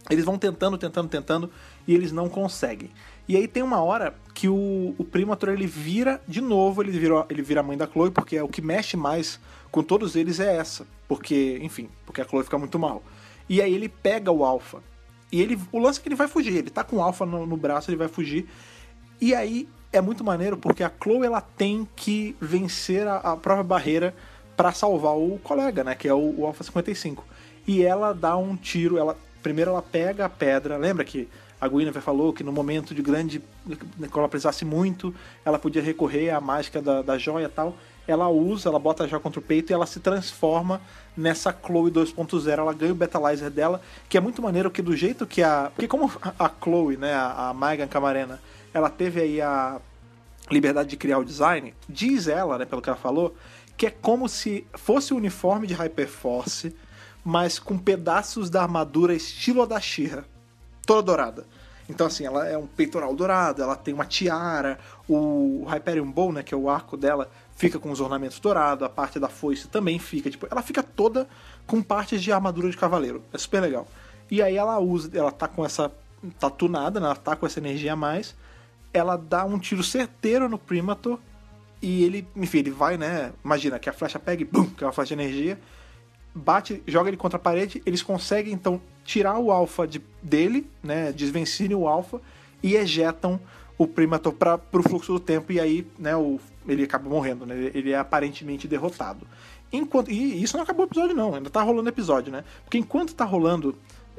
S1: Eles vão tentando, tentando, tentando, e eles não conseguem. E aí tem uma hora que o, o Primator, ele vira, de novo, ele vira, ele vira a mãe da Chloe, porque é o que mexe mais com todos eles é essa. Porque, enfim, porque a Chloe fica muito mal. E aí ele pega o Alpha. E ele, o lance é que ele vai fugir, ele tá com o Alpha no, no braço, ele vai fugir. E aí é muito maneiro, porque a Chloe, ela tem que vencer a, a própria barreira pra salvar o colega, né, que é o, o Alpha cinquenta e cinco. E ela dá um tiro, ela... Primeiro ela pega a pedra, lembra que a Guinevere falou que no momento de grande, quando ela precisasse muito, ela podia recorrer à mágica da, da joia e tal. Ela usa, ela bota a joia contra o peito e ela se transforma nessa Chloe dois ponto zero, ela ganha o Betalizer dela, que é muito maneiro, que do jeito que a... Porque como a Chloe, né, a, a Maegan Camarena, ela teve aí a liberdade de criar o design, diz ela, né, pelo que ela falou, que é como se fosse o uniforme de Hyperforce, mas com pedaços da armadura estilo da She-Ra, toda dourada. Então, assim, ela é um peitoral dourado, ela tem uma tiara, o Hyperion Bow, né, que é o arco dela, fica com os ornamentos dourados, a parte da foice também fica, tipo, ela fica toda com partes de armadura de cavaleiro. É super legal. E aí ela usa, ela tá com essa, tá tunada, né, ela tá com essa energia a mais, ela dá um tiro certeiro no Primator, e ele, enfim, ele vai, né, imagina que a flecha pega e bum, que é uma flecha de energia, bate, joga ele contra a parede, eles conseguem então tirar o Alpha de, dele, né, desvencilhem o Alpha e ejetam o Primator para o fluxo do tempo, e aí, né, o, ele acaba morrendo, né, ele é aparentemente derrotado. Enquanto, e isso não acabou o episódio não, ainda tá rolando o episódio, né, porque enquanto tá rolando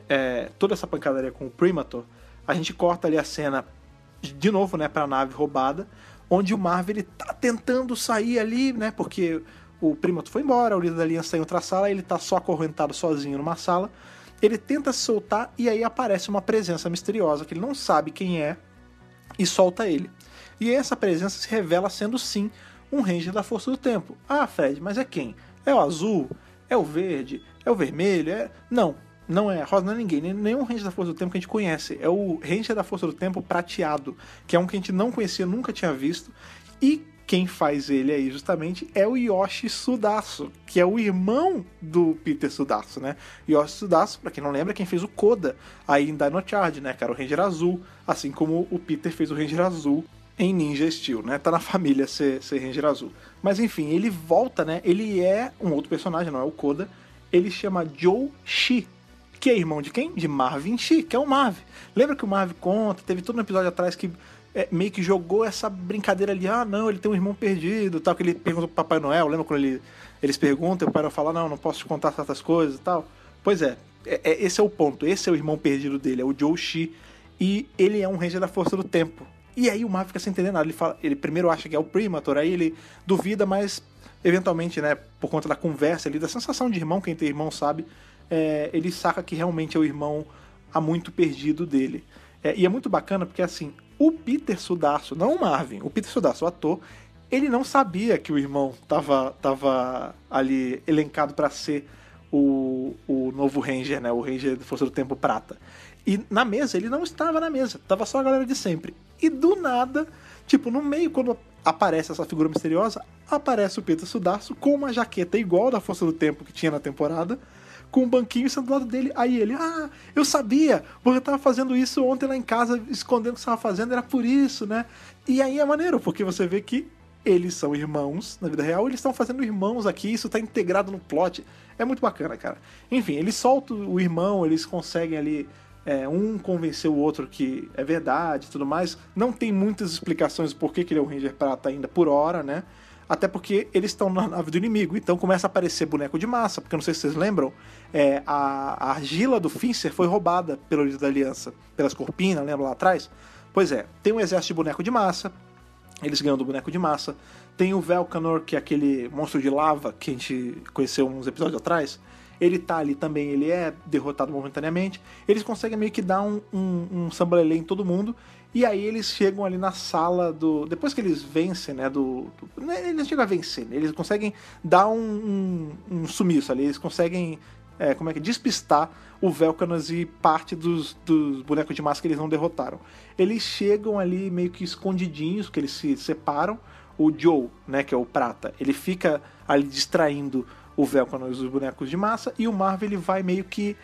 S1: é, toda essa pancadaria com o Primator, a gente corta ali a cena de novo, né, pra nave roubada, onde o Marvel ele tá tentando sair ali, né, porque o Primator foi embora, o líder da aliança está em outra sala, ele tá só acorrentado sozinho numa sala, ele tenta se soltar e aí aparece uma presença misteriosa que ele não sabe quem é e solta ele. E essa presença se revela sendo sim um Ranger da Força do Tempo. Ah, Fred, mas é quem? É o azul? É o verde? É o vermelho? É... Não, não é. Rosa não é ninguém, nenhum Ranger da Força do Tempo que a gente conhece. É o Ranger da Força do Tempo prateado, que é um que a gente não conhecia, nunca tinha visto, e quem faz ele aí justamente é o Yoshi Sudaço, que é o irmão do Peter Sudaço, né? Yoshi Sudaço, pra quem não lembra, quem fez o Koda aí em Dino Charge, né? Que era o Ranger Azul, assim como o Peter fez o Ranger Azul em Ninja Steel, né? Tá na família ser, ser Ranger Azul. Mas enfim, ele volta, né? Ele é um outro personagem, não é o Koda. Ele chama Joe Shi, que é irmão de quem? De Marvin Shi, que é o Marv. Lembra que o Marv conta, teve todo um episódio atrás que É, meio que jogou essa brincadeira ali, ah, não, ele tem um irmão perdido, tal, que ele pergunta pro Papai Noel, lembra quando ele, eles perguntam, e o Papai Noel fala, não, não posso te contar certas coisas e tal. Pois é, é, é, esse é o ponto, esse é o irmão perdido dele, é o Joe Shi, e ele é um Ranger da Força do Tempo. E aí o Marv fica sem entender nada, ele, fala, ele primeiro acha que é o Primator, aí ele duvida, mas eventualmente, né, por conta da conversa ali, da sensação de irmão, quem tem irmão sabe, é, ele saca que realmente é o irmão há muito perdido dele. É, e é muito bacana porque, assim, o Peter Sudaço, não o Marvin, o Peter Sudaço, o ator, ele não sabia que o irmão tava, tava ali elencado para ser o, o novo Ranger, né, o Ranger de Força do Tempo Prata. E na mesa, ele não estava na mesa, tava só a galera de sempre. E do nada, tipo, no meio, quando aparece essa figura misteriosa, aparece o Peter Sudaço com uma jaqueta igual da Força do Tempo que tinha na temporada, com um banquinho sendo do lado dele. Aí ele, ah, eu sabia, porque eu tava fazendo isso ontem lá em casa, escondendo o que você tava fazendo, era por isso, né? E aí é maneiro, porque você vê que eles são irmãos na vida real, eles estão fazendo irmãos aqui, isso tá integrado no plot. É muito bacana, cara. Enfim, eles soltam o irmão, eles conseguem ali, é, um convencer o outro que é verdade e tudo mais. Não tem muitas explicações do porquê que ele é um Ranger Prata ainda por hora, né? Até porque eles estão na nave do inimigo, então começa a aparecer boneco de massa, porque eu não sei se vocês lembram, é, a, a argila do Fincer foi roubada pelo líder da aliança, pelas Corpinas, lembra lá atrás? Pois é, tem um exército de boneco de massa, eles ganham do boneco de massa, tem o Velcanor, que é aquele monstro de lava que a gente conheceu uns episódios atrás, ele tá ali também, ele é derrotado momentaneamente, eles conseguem meio que dar um, um, um sambalelê em todo mundo, e aí eles chegam ali na sala do... Depois que eles vencem, né, do... do eles chegam a vencer, né, eles conseguem dar um, um, um sumiço ali, eles conseguem, é, como é que despistar o Velcanos e parte dos, dos bonecos de massa que eles não derrotaram. Eles chegam ali meio que escondidinhos, que eles se separam, o Joe, né, que é o prata, ele fica ali distraindo o Velcanos e os bonecos de massa, e o Marvel ele vai meio que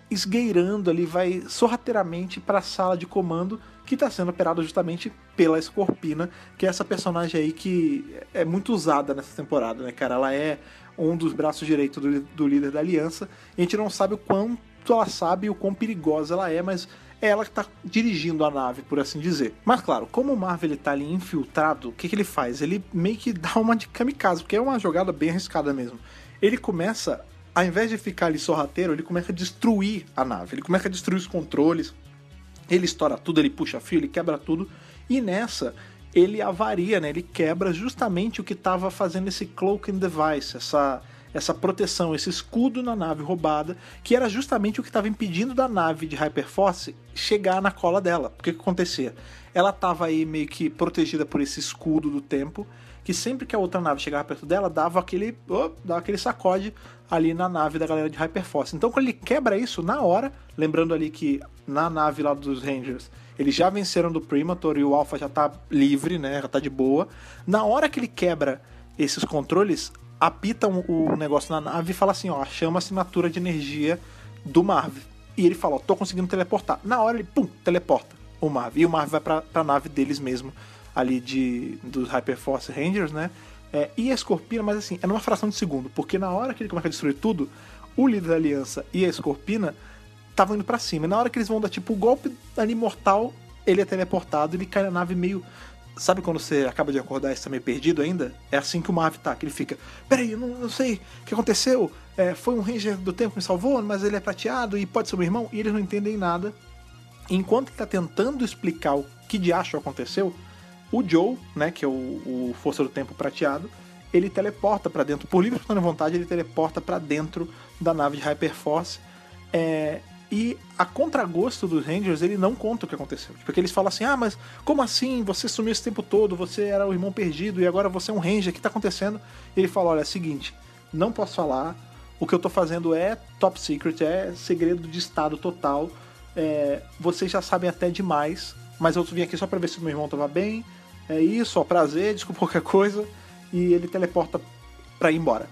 S1: esgueirando ali, vai sorrateiramente para a sala de comando, que está sendo operada justamente pela Scorpina, que é essa personagem aí que é muito usada nessa temporada, né, cara? Ela é um dos braços direitos do, do líder da Aliança, e a gente não sabe o quanto ela sabe e o quão perigosa ela é, mas é ela que tá dirigindo a nave, por assim dizer. Mas claro, como o Marvel ele tá ali infiltrado, o que, que ele faz? Ele meio que dá uma de kamikaze, porque é uma jogada bem arriscada mesmo. Ele começa, ao invés de ficar ali sorrateiro, ele começa a destruir a nave, ele começa a destruir os controles, ele estoura tudo, ele puxa fio, ele quebra tudo, e nessa ele avaria, né? Ele quebra justamente o que estava fazendo esse cloaking device, essa, essa proteção, esse escudo na nave roubada, que era justamente o que estava impedindo da nave de Hyperforce chegar na cola dela. O que, que acontecia? Ela estava aí meio que protegida por esse escudo do tempo, que sempre que a outra nave chegava perto dela, dava aquele, oh, dava aquele sacode ali na nave da galera de Hyperforce. Então quando ele quebra isso na hora, lembrando ali que na nave lá dos Rangers, eles já venceram do Primator e o Alpha já tá livre, né, já tá de boa. Na hora que ele quebra esses controles, apitam o negócio na nave e fala assim, ó, chama a assinatura de energia do Marv. E ele fala, ó, tô conseguindo teleportar. Na hora ele, pum, teleporta o Marv. E o Marv vai pra, pra nave deles mesmo, ali de, dos Hyperforce Rangers, né? É, e a Scorpina, mas assim, é numa fração de segundo, porque na hora que ele começa a destruir tudo, o líder da Aliança e a Scorpina estavam indo pra cima. E na hora que eles vão dar tipo o golpe ali mortal, ele é teleportado, ele cai na nave meio... Sabe quando você acaba de acordar e está meio perdido ainda? É assim que o Marv tá, que ele fica, peraí, eu não, não sei o que aconteceu, é, foi um Ranger do tempo que me salvou, mas ele é prateado e pode ser meu irmão, e eles não entendem nada. Enquanto ele tá tentando explicar o que de acho aconteceu, o Joe, né, que é o, o Força do Tempo prateado, ele teleporta pra dentro, por livre e espontânea vontade, ele teleporta pra dentro da nave de Hyperforce, é... E a contragosto dos Rangers, ele não conta o que aconteceu. Porque eles falam assim, ah, mas como assim? Você sumiu esse tempo todo, você era o irmão perdido e agora você é um Ranger, o que tá acontecendo? E ele fala, olha, é o seguinte, não posso falar, o que eu tô fazendo é top secret, é segredo de estado total, é, vocês já sabem até demais, mas eu vim aqui só pra ver se meu irmão tava bem, é isso, ó, prazer, desculpa qualquer coisa, e ele teleporta pra ir embora.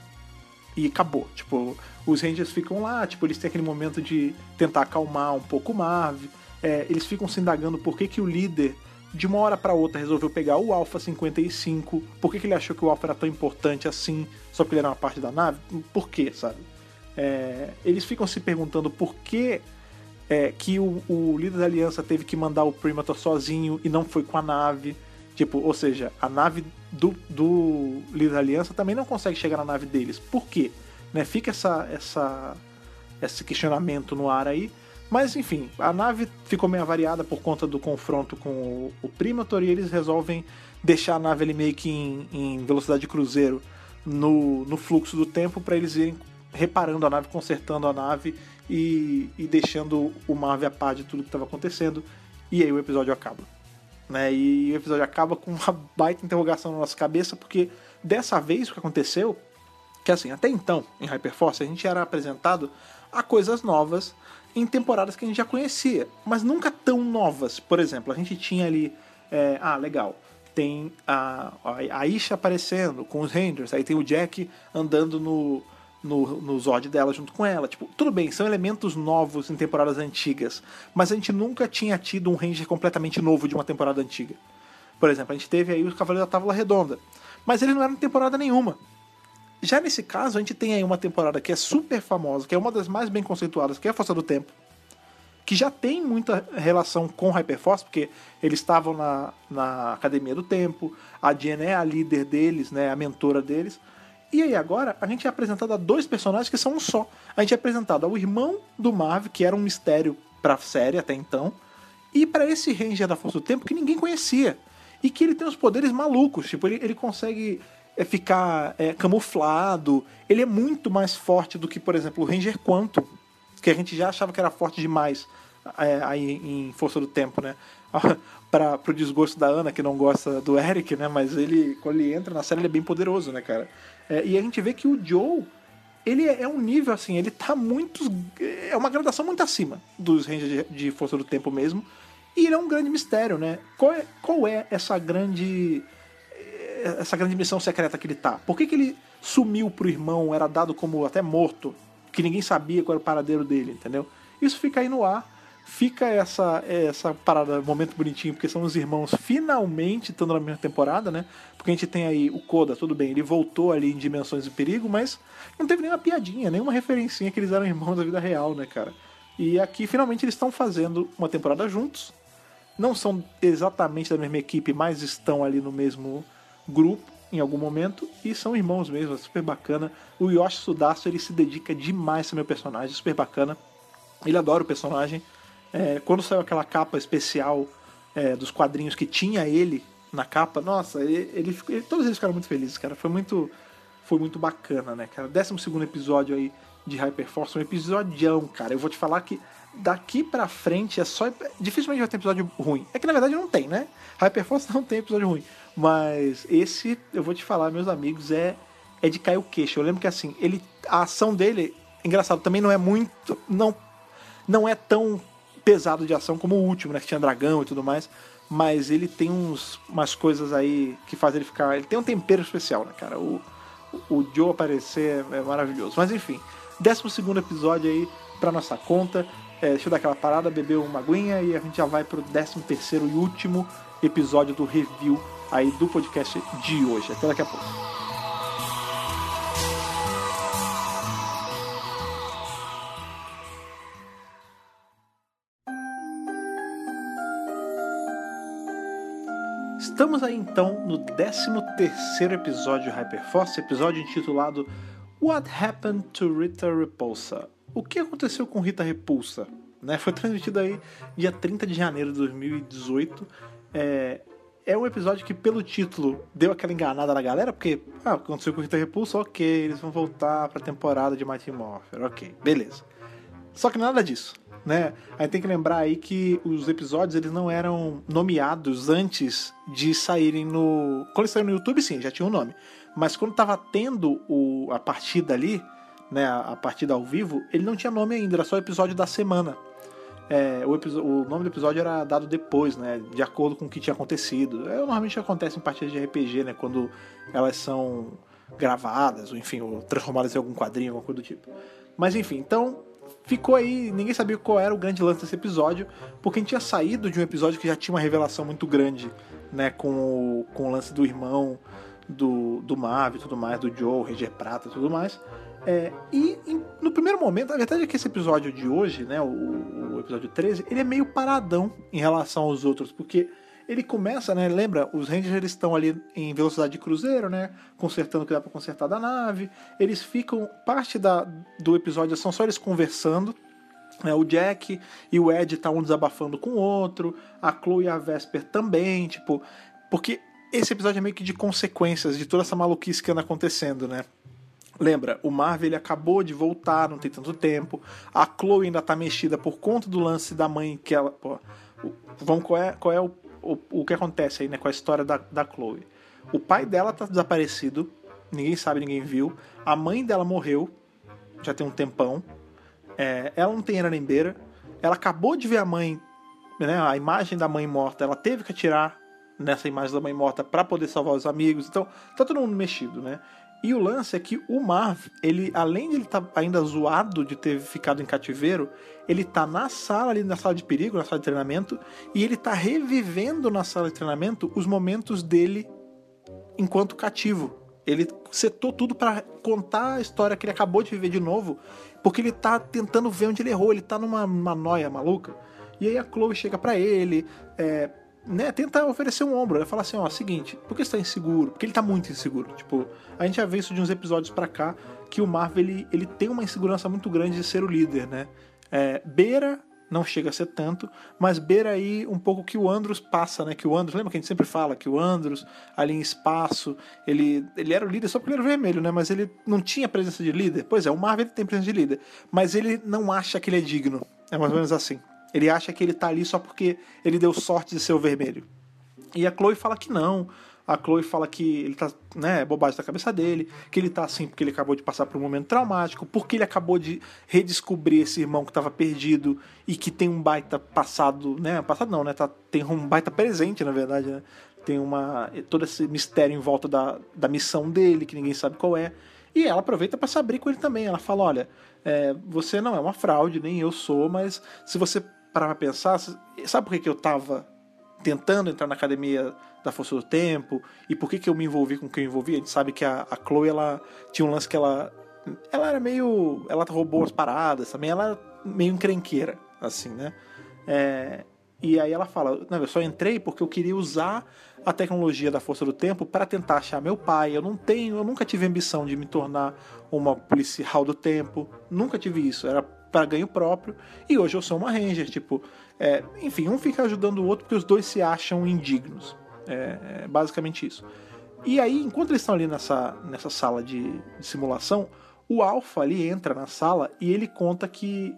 S1: E acabou, tipo, os Rangers ficam lá, tipo, eles têm aquele momento de tentar acalmar um pouco o Marv, é, eles ficam se indagando por que, que o líder, de uma hora pra outra, resolveu pegar o Alpha cinquenta e cinco, por que, que ele achou que o Alpha era tão importante assim, só porque ele era uma parte da nave, por quê, sabe? É, eles ficam se perguntando por que, é, que o, o líder da Aliança teve que mandar o Primator sozinho e não foi com a nave, tipo, ou seja, a nave do, do líder da Aliança também não consegue chegar na nave deles. Por quê? Né? Fica essa, essa, esse questionamento no ar aí. Mas, enfim, a nave ficou meio avariada por conta do confronto com o, o Primator e eles resolvem deixar a nave ali meio que em, em velocidade de cruzeiro no, no fluxo do tempo para eles irem reparando a nave, consertando a nave e, e deixando o Marv a par de tudo que estava acontecendo. E aí o episódio acaba. Né, e o episódio acaba com uma baita interrogação na nossa cabeça, porque dessa vez o que aconteceu, que assim, até então, em Hyperforce, a gente era apresentado a coisas novas em temporadas que a gente já conhecia, mas nunca tão novas. Por exemplo, a gente tinha ali, é, ah, legal, tem a, a Isha aparecendo com os Rangers, aí tem o Jack andando no... No, no Zod dela junto com ela, tipo, tudo bem, são elementos novos em temporadas antigas, mas a gente nunca tinha tido um Ranger completamente novo de uma temporada antiga. Por exemplo, a gente teve aí os Cavaleiros da Távola Redonda, mas eles não eram temporada nenhuma. Já nesse caso, a gente tem aí uma temporada que é super famosa, que é uma das mais bem conceituadas, que é a Força do Tempo, que já tem muita relação com Hyperforce, porque eles estavam na, na Academia do Tempo, a Jen é a líder deles, né, a mentora deles. E aí agora a gente é apresentado a dois personagens que são um só. A gente é apresentado ao irmão do Marv, que era um mistério pra série até então, e para esse Ranger da Força do Tempo que ninguém conhecia. E que ele tem os poderes malucos, tipo, ele, ele consegue é, ficar é, camuflado, ele é muito mais forte do que, por exemplo, o Ranger Quantum, que a gente já achava que era forte demais é, aí em Força do Tempo, né? Para pro desgosto da Ana, que não gosta do Eric, né? Mas ele, quando ele entra na série, ele é bem poderoso, né, cara? É, e a gente vê que o Joe, ele é, é um nível, assim, ele tá muito... É uma gradação muito acima dos Rangers de, de Força do Tempo mesmo. E ele é um grande mistério, né? Qual é, qual é essa grande... Essa grande missão secreta que ele tá? Por que que ele sumiu pro irmão, era dado como até morto, que ninguém sabia qual era o paradeiro dele, entendeu? isso fica aí no ar. Fica essa, essa parada, momento bonitinho, porque são os irmãos finalmente estando na mesma temporada, né? Porque a gente tem aí o Koda, tudo bem, ele voltou ali em Dimensões do Perigo, mas não teve nenhuma piadinha, nenhuma referencinha que eles eram irmãos da vida real, né, cara? E aqui, finalmente, eles estão fazendo uma temporada juntos. Não são exatamente da mesma equipe, mas estão ali no mesmo grupo em algum momento. E são irmãos mesmo, é super bacana. O Yoshi Sudaço, ele se dedica demais ao meu personagem, super bacana. Ele adora o personagem. É, quando saiu aquela capa especial é, dos quadrinhos que tinha ele na capa, nossa, ele, ele, ele, todos eles ficaram muito felizes, cara. Foi muito, foi muito bacana, né, cara? décimo segundo episódio aí de Hyperforce, um episodião, cara. Eu vou te falar que daqui pra frente é só... Dificilmente vai ter episódio ruim. É que na verdade não tem, né? Hyperforce não tem episódio ruim. Mas esse, eu vou te falar, meus amigos, é, é de cair o queixo. Eu lembro que assim, ele, a ação dele, engraçado, também não é muito... Não, não é tão pesado de ação como o último, né? Que tinha dragão e tudo mais. Mas ele tem uns, umas coisas aí que fazem ele ficar... Ele tem um tempero especial, né, cara? O, o Joe aparecer é, é maravilhoso. Mas enfim, décimo segundo episódio aí pra nossa conta. É, deixa eu dar aquela parada, beber uma aguinha e a gente já vai pro décimo terceiro e último episódio do review aí do podcast de hoje. Até daqui a pouco. Estamos aí então no décimo terceiro episódio de Hyperforce, episódio intitulado What Happened to Rita Repulsa? O que aconteceu com Rita Repulsa? Né? Foi transmitido aí dia trinta de janeiro de dois mil e dezoito. É, é um episódio que pelo título deu aquela enganada na galera, porque ah, aconteceu com Rita Repulsa, ok, eles vão voltar pra temporada de Mighty Morphin, ok, beleza. Só que nada disso, né? Aí tem que lembrar aí que os episódios eles não eram nomeados antes de saírem no... Quando eles saíram no YouTube, sim, já tinha um nome. Mas quando tava tendo o... a partida ali, né, a partida ao vivo, ele não tinha nome ainda, era só o episódio da semana. É, o, episódio, o nome do episódio era dado depois, né, de acordo com o que tinha acontecido. É, normalmente acontece em partidas de R P G, né, quando elas são gravadas, ou enfim, ou transformadas em algum quadrinho, alguma coisa do tipo. Mas enfim, então ficou aí, ninguém sabia qual era o grande lance desse episódio, porque a gente tinha saído de um episódio que já tinha uma revelação muito grande, né, com o, com o lance do irmão do, do Marv e tudo mais, do Joe, Ranger Prata e tudo mais. É, e em, no primeiro momento, a verdade é que esse episódio de hoje, né, o, o episódio treze, ele é meio paradão em relação aos outros, porque ele começa, né, lembra, os Rangers eles estão ali em velocidade de cruzeiro, né, consertando o que dá pra consertar da nave, eles ficam, parte da, do episódio são só eles conversando, né, o Jack e o Ed estão um desabafando com o outro, a Chloe e a Vesper também, tipo, porque esse episódio é meio que de consequências de toda essa maluquice que anda acontecendo, né. Lembra, o Marv ele acabou de voltar, não tem tanto tempo. A Chloe ainda tá mexida por conta do lance da mãe que ela... Pô, vamos, qual é, qual é o, o, o que acontece aí, né, com a história da, da Chloe? O pai dela tá desaparecido, ninguém sabe, ninguém viu. A mãe dela morreu, já tem um tempão. É, ela não tem era nem beira. Ela acabou de ver a mãe, né, a imagem da mãe morta. Ela teve que atirar nessa imagem da mãe morta para poder salvar os amigos. Então, tá todo mundo mexido, né? E o lance é que o Marv, ele, além de ele estar tá ainda zoado de ter ficado em cativeiro, ele tá na sala, ali na sala de perigo, na sala de treinamento, e ele tá revivendo na sala de treinamento os momentos dele enquanto cativo. Ele setou tudo para contar a história que ele acabou de viver de novo, porque ele tá tentando ver onde ele errou, ele tá numa uma noia maluca. E aí a Chloe chega para ele, é... né, tenta oferecer um ombro, ela fala assim, ó, seguinte, por que você tá inseguro? Porque ele tá muito inseguro, tipo, a gente já vê isso de uns episódios pra cá, que o Marv, ele, ele tem uma insegurança muito grande de ser o líder, né, é, beira, não chega a ser tanto, mas beira aí um pouco que o Andros passa, né, que o Andros, lembra que a gente sempre fala, que o Andros, ali em espaço, ele, ele era o líder só porque ele era vermelho, né, mas ele não tinha presença de líder, pois é, o Marv, ele tem presença de líder, mas ele não acha que ele é digno, é mais ou menos assim. Ele acha que ele tá ali só porque ele deu sorte de ser o vermelho. E a Chloe fala que não. A Chloe fala que ele tá, né, é bobagem da cabeça dele, que ele tá assim porque ele acabou de passar por um momento traumático, porque ele acabou de redescobrir esse irmão que tava perdido e que tem um baita passado, né, passado não, né, tá, tem um baita presente, na verdade, né, tem uma, todo esse mistério em volta da, da missão dele, que ninguém sabe qual é. E ela aproveita para se abrir com ele também. Ela fala, olha, é, você não é uma fraude, nem eu sou, mas se você parar pra pensar, sabe por que, que eu tava tentando entrar na academia da Força do Tempo? E por que, que eu me envolvi com quem eu envolvi? A gente sabe que a, a Chloe, ela tinha um lance que ela... Ela era meio... Ela roubou as paradas também, ela era meio encrenqueira, assim, né? É... E aí ela fala, não, eu só entrei porque eu queria usar a tecnologia da Força do Tempo para tentar achar meu pai. Eu não tenho, eu nunca tive ambição de me tornar uma policial do tempo. Nunca tive isso. Era para ganho próprio. E hoje eu sou uma Ranger. Tipo, é, enfim, um fica ajudando o outro porque os dois se acham indignos. É, é basicamente isso. E aí, enquanto eles estão ali nessa, nessa sala de, de simulação, o Alpha ali entra na sala e ele conta que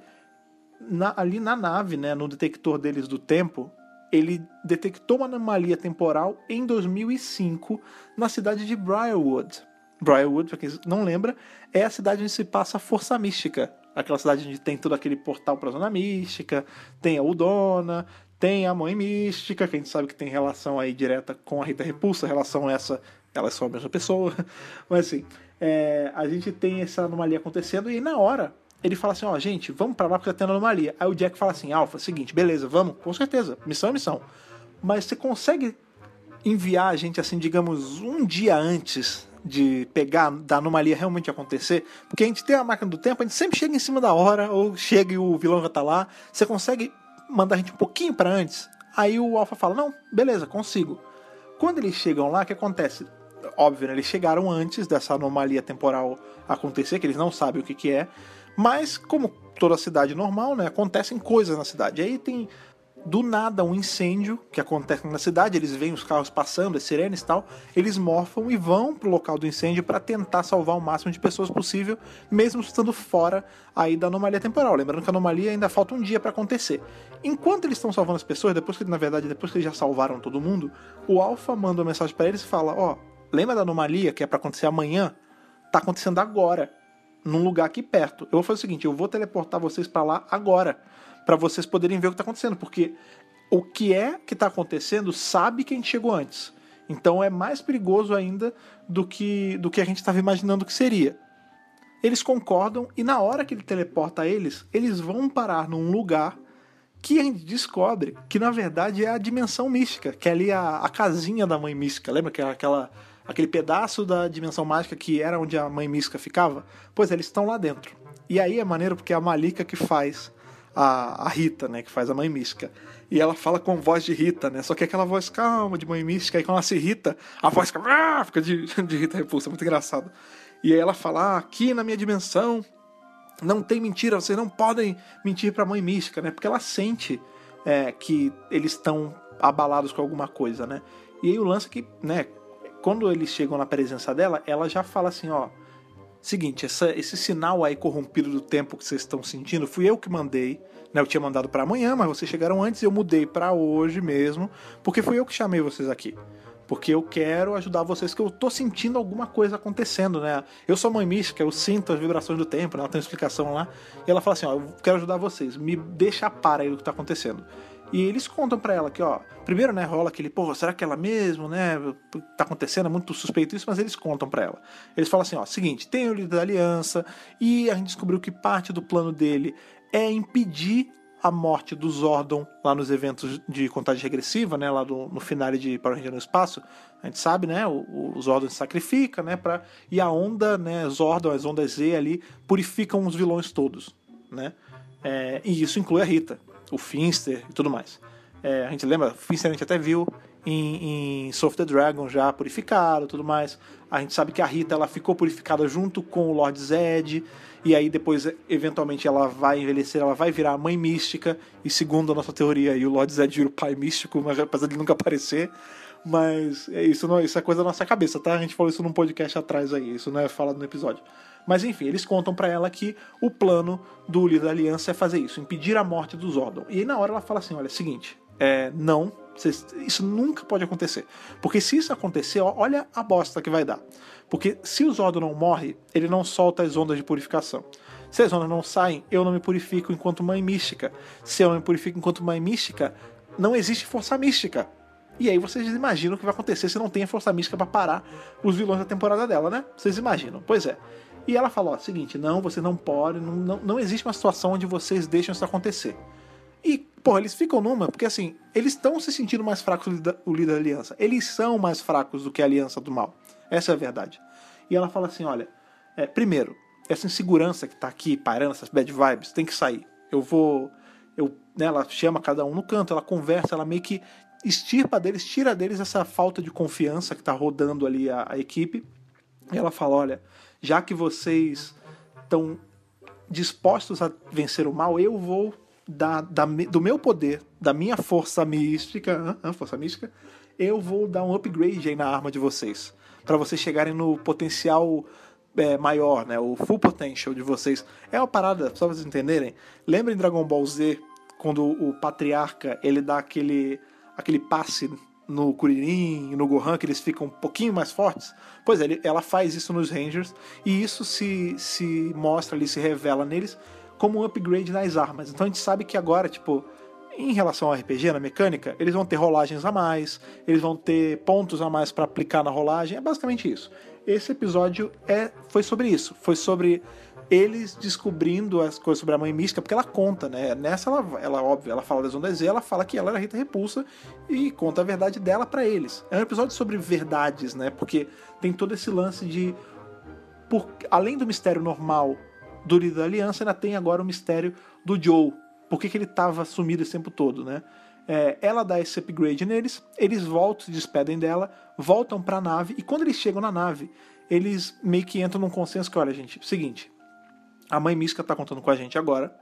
S1: Na, ali na nave, né, no detector deles do tempo, ele detectou uma anomalia temporal em dois mil e cinco na cidade de Briarwood. Briarwood, pra quem não lembra, é a cidade onde se passa a Força Mística. Aquela cidade onde tem todo aquele portal pra Zona Mística, tem a Udona, tem a Mãe Mística, que a gente sabe que tem relação aí direta com a Rita Repulsa, relação essa, elas são a mesma pessoa. Mas assim, é, a gente tem essa anomalia acontecendo e na hora ele fala assim, ó, gente, vamos pra lá porque tá tendo anomalia. Aí o Jack fala assim, Alpha, seguinte, beleza, vamos, com certeza, missão é missão. Mas você consegue enviar a gente, assim, digamos, um dia antes de pegar, da anomalia realmente acontecer? Porque a gente tem a máquina do tempo, a gente sempre chega em cima da hora, ou chega e o vilão já tá lá. Você consegue mandar a gente um pouquinho pra antes? Aí o Alpha fala, não, beleza, consigo. Quando eles chegam lá, o que acontece? Óbvio, né, eles chegaram antes dessa anomalia temporal acontecer, que eles não sabem o que que é. Mas, como toda cidade normal, né, acontecem coisas na cidade. E aí tem, do nada, um incêndio que acontece na cidade. Eles veem os carros passando, as sirenes e tal. Eles morfam e vão pro local do incêndio para tentar salvar o máximo de pessoas possível, mesmo estando fora aí da anomalia temporal. Lembrando que a anomalia ainda falta um dia para acontecer. Enquanto eles estão salvando as pessoas, depois que, na verdade, depois que eles já salvaram todo mundo, o Alpha manda uma mensagem para eles e fala, ó, lembra da anomalia que é para acontecer amanhã? Tá acontecendo agora, num lugar aqui perto. Eu vou fazer o seguinte, eu vou teleportar vocês para lá agora, para vocês poderem ver o que tá acontecendo, porque o que é que tá acontecendo sabe que a gente chegou antes. Então é mais perigoso ainda do que, do que a gente estava imaginando que seria. Eles concordam e na hora que ele teleporta eles, eles vão parar num lugar que a gente descobre que na verdade é a dimensão mística, que é ali a, a casinha da Mãe Mística. Lembra que era aquela... aquele pedaço da dimensão mágica que era onde a Mãe Mística ficava? Pois eles estão lá dentro. E aí é maneiro porque é a Malika que faz a, a Rita, né? Que faz a Mãe Mística. E ela fala com voz de Rita, né? Só que é aquela voz calma de Mãe Mística. Aí quando ela se irrita, a voz fica, ah! Fica de, de Rita Repulsa. É muito engraçado. E aí ela fala, ah, aqui na minha dimensão não tem mentira. Vocês não podem mentir pra Mãe Mística, né? Porque ela sente é, que eles estão abalados com alguma coisa, né? E aí o lance é que, né? Quando eles chegam na presença dela, ela já fala assim, ó, seguinte, essa, esse sinal aí corrompido do tempo que vocês estão sentindo, fui eu que mandei, né? Eu tinha mandado pra amanhã, mas vocês chegaram antes e eu mudei pra hoje mesmo, porque fui eu que chamei vocês aqui. Porque eu quero ajudar vocês, que eu tô sentindo alguma coisa acontecendo, né? Eu sou Mãe Mística, eu sinto as vibrações do tempo, né? Ela tem uma explicação lá, e ela fala assim, ó, eu quero ajudar vocês, me deixa a par aí do que tá acontecendo. E eles contam pra ela que, ó, primeiro, né, rola aquele, pô, será que ela mesmo, né, tá acontecendo, é muito suspeito isso, mas eles contam pra ela. Eles falam assim, ó, seguinte, tem o líder da aliança, e a gente descobriu que parte do plano dele é impedir a morte do Zordon lá nos eventos de contagem regressiva, né, lá do, no finale de Power Ranger no Espaço. A gente sabe, né, o, o Zordon se sacrifica, né, pra, e a onda, né, Zordon, as ondas Z ali, purificam os vilões todos, né, é, e isso inclui a Rita, o Finster e tudo mais. É, a gente lembra, o Finster a gente até viu em, em Soul of the Dragon já purificado e tudo mais. A gente sabe que a Rita ela ficou purificada junto com o Lord Zed, e aí depois, eventualmente, ela vai envelhecer, ela vai virar a Mãe Mística, e segundo a nossa teoria, aí, o Lord Zed vira o Pai Místico, mas apesar de ele nunca aparecer. Mas isso, não, isso é coisa da nossa cabeça, tá? A gente falou isso num podcast atrás aí, isso não é falado no episódio. Mas enfim, eles contam pra ela que o plano do líder da aliança é fazer isso, impedir a morte do Zordon. E aí na hora ela fala assim, olha, é o seguinte, é, não, isso nunca pode acontecer. Porque se isso acontecer, olha a bosta que vai dar. Porque se o Zordon não morre, ele não solta as ondas de purificação. Se as ondas não saem, eu não me purifico enquanto Mãe Mística. Se eu não me purifico enquanto Mãe Mística, não existe força mística. E aí vocês imaginam o que vai acontecer se não tem a força mística pra parar os vilões da temporada dela, né? Vocês imaginam? Pois é. E ela fala, ó, seguinte, não, você não pode, não, não, não existe uma situação onde vocês deixam isso acontecer. E, porra, eles ficam numa, porque assim, eles estão se sentindo mais fracos, o líder da aliança. Eles são mais fracos do que a aliança do mal. Essa é a verdade. E ela fala assim, olha, é, primeiro, essa insegurança que tá aqui pairando, essas bad vibes, tem que sair. Eu vou... Eu, né, ela chama cada um no canto, ela conversa, ela meio que extirpa deles, tira deles essa falta de confiança que tá rodando ali a, a equipe. E ela fala, olha, já que vocês estão dispostos a vencer o mal, eu vou dar da, do meu poder, da minha força mística, ah, força mística, eu vou dar um upgrade aí na arma de vocês, para vocês chegarem no potencial é, maior, né, o full potential de vocês. É uma parada, só pra vocês entenderem, lembra em Dragon Ball Z, quando o Patriarca, ele dá aquele, aquele passe no Kuririn e no Gohan, que eles ficam um pouquinho mais fortes? Pois é, ela faz isso nos Rangers, e isso se, se mostra ali, se revela neles como um upgrade nas armas. Então a gente sabe que agora, tipo, em relação ao R P G, na mecânica, eles vão ter rolagens a mais, eles vão ter pontos a mais para aplicar na rolagem, é basicamente isso. Esse episódio é, foi sobre isso, foi sobre eles descobrindo as coisas sobre a Mãe Mística, porque ela conta, né? Nessa, ela, ela óbvio, ela fala das ondas Z, ela fala que ela era Rita Repulsa e conta a verdade dela para eles. É um episódio sobre verdades, né? Porque tem todo esse lance de... Por, além do mistério normal do líder da aliança, ainda tem agora o mistério do Joe. Por que, que ele estava sumido esse tempo todo, né? É, ela dá esse upgrade neles, eles voltam, se despedem dela, voltam pra nave, e quando eles chegam na nave, eles meio que entram num consenso que, olha, gente, seguinte, a Mãe Mística tá contando com a gente agora,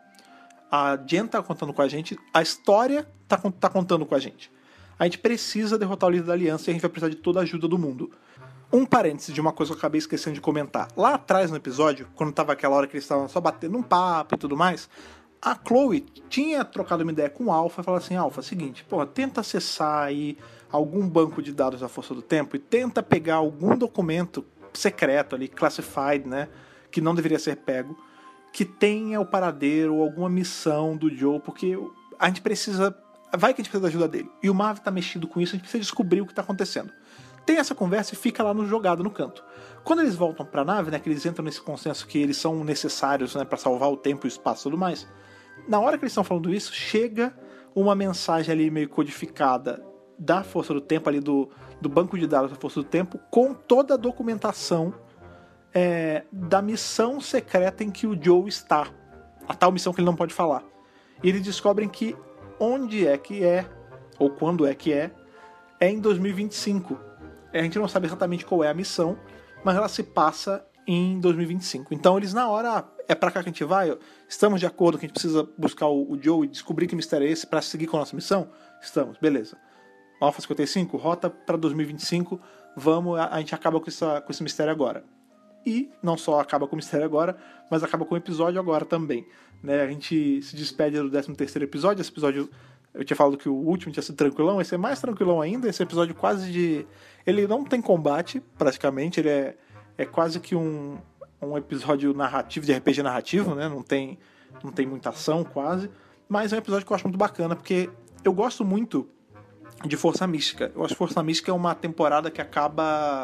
S1: a Jen tá contando com a gente, a história tá, tá contando com a gente. A gente precisa derrotar o líder da aliança e a gente vai precisar de toda a ajuda do mundo. Um parênteses de uma coisa que eu acabei esquecendo de comentar. Lá atrás no episódio, quando tava aquela hora que eles estavam só batendo um papo e tudo mais, a Chloe tinha trocado uma ideia com o Alpha e falou assim, Alpha, seguinte, porra, tenta acessar aí algum banco de dados da Força do Tempo e tenta pegar algum documento secreto ali, classified, né, que não deveria ser pego, que tenha o paradeiro ou alguma missão do Joe, porque a gente precisa, vai que a gente precisa da ajuda dele. E o Mav tá mexido com isso, a gente precisa descobrir o que tá acontecendo. Tem essa conversa e fica lá no jogado no canto. Quando eles voltam pra nave, né, que eles entram nesse consenso que eles são necessários, né, para salvar o tempo, o espaço e tudo mais, na hora que eles estão falando isso, chega uma mensagem ali meio codificada da Força do Tempo, ali do, do banco de dados da Força do Tempo, com toda a documentação é, da missão secreta em que o Joe está. A tal missão que ele não pode falar. E eles descobrem que onde é que é, ou quando é que é, é em dois mil e vinte e cinco. A gente não sabe exatamente qual é a missão, mas ela se passa em dois mil e vinte e cinco. Então eles na hora, é pra cá que a gente vai, estamos de acordo que a gente precisa buscar o, o Joe e descobrir que mistério é esse pra seguir com a nossa missão? Estamos, beleza. Alpha cinquenta e cinco, rota pra dois mil e vinte e cinco, vamos, a, a gente acaba com, essa, com esse mistério agora. E não só acaba com o mistério agora, mas acaba com o episódio agora também. Né? A gente se despede do décimo terceiro episódio, esse episódio... Eu tinha falado que o último tinha sido tranquilão, esse é mais tranquilão ainda, esse episódio quase de... Ele não tem combate, praticamente, ele é, é quase que um, um episódio narrativo, de R P G narrativo, né? Não tem, não tem muita ação, quase, mas é um episódio que eu acho muito bacana, porque eu gosto muito de Força Mística. Eu acho que Força Mística é uma temporada que acaba...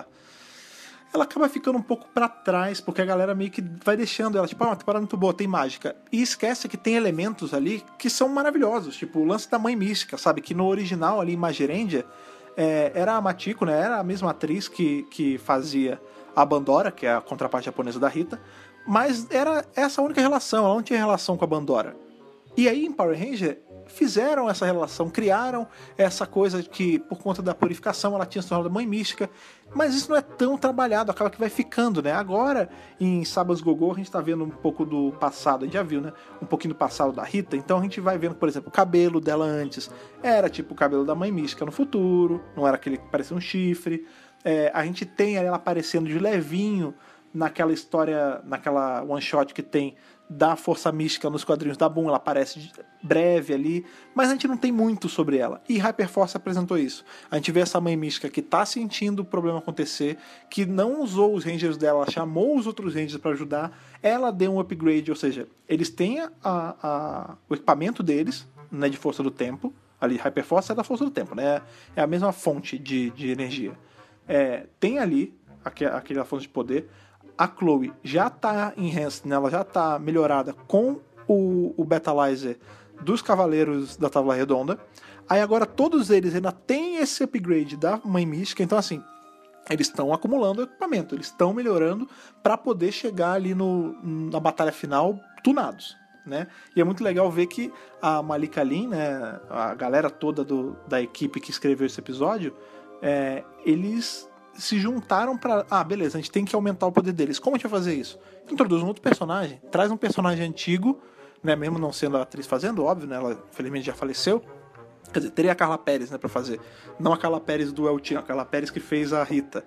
S1: Ela acaba ficando um pouco pra trás, porque a galera meio que vai deixando ela, tipo, ah, uma temporada muito boa, tem mágica. E esquece que tem elementos ali que são maravilhosos, tipo o lance da Mãe Mística, sabe? Que no original ali em Magirendia, é, era a Matiko, né? Era a mesma atriz que, que fazia a Bandora, que é a contraparte japonesa da Rita, mas era essa a única relação, ela não tinha relação com a Bandora. E aí em Power Ranger fizeram essa relação, criaram essa coisa que por conta da purificação ela tinha se tornado Mãe Mística, mas isso não é tão trabalhado, acaba que vai ficando, né? Agora em Sabas Gogô a gente tá vendo um pouco do passado, a gente já viu, né? Um pouquinho do passado da Rita, então a gente vai vendo, por exemplo, o cabelo dela antes era tipo o cabelo da Mãe Mística no futuro, não era aquele que parecia um chifre. É, a gente tem ela aparecendo de levinho naquela história, naquela one shot que tem da Força Mística nos quadrinhos da Boom, ela aparece breve ali, mas a gente não tem muito sobre ela. E Hyperforce apresentou isso. A gente vê essa Mãe Mística que tá sentindo o problema acontecer, que não usou os Rangers dela, chamou os outros Rangers para ajudar, ela deu um upgrade, ou seja, eles têm a, a, o equipamento deles, né, de Força do Tempo, ali, Hyperforce é da força do tempo, né? É a mesma fonte de, de energia. É, tem ali aquela fonte de poder. A Chloe já tá enhanced, né? Ela já tá melhorada com o, o Betalizer dos Cavaleiros da Távola Redonda. Aí agora todos eles ainda têm esse upgrade da Mãe Mística, então assim, eles estão acumulando equipamento, eles estão melhorando para poder chegar ali no, na batalha final tunados, né? E é muito legal ver que a Malika Lin, né, a galera toda do, da equipe que escreveu esse episódio, é, eles se juntaram para, ah, beleza, a gente tem que aumentar o poder deles. Como a gente vai fazer isso? Introduz um outro personagem, traz um personagem antigo, né, mesmo não sendo a atriz fazendo, óbvio, né, ela infelizmente já faleceu. Quer dizer, teria a Carla Pérez, né, pra fazer. Não a Carla Pérez do El Chan, a Carla Pérez que fez a Rita.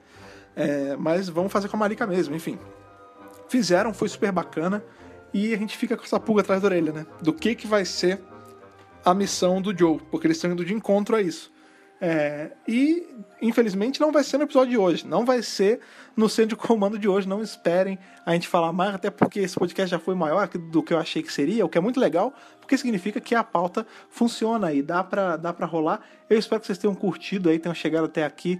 S1: É, mas vamos fazer com a Malika mesmo, enfim. Fizeram, foi super bacana. E a gente fica com essa pulga atrás da orelha, né? Do que que vai ser a missão do Joe. Porque eles estão indo de encontro a isso. É, e, infelizmente, não vai ser no episódio de hoje. Não vai ser no centro de comando de hoje. Não esperem a gente falar mais, até porque esse podcast já foi maior do que eu achei que seria, o que é muito legal, porque significa que a pauta funciona aí, dá pra, dá pra rolar. Eu espero que vocês tenham curtido aí, tenham chegado até aqui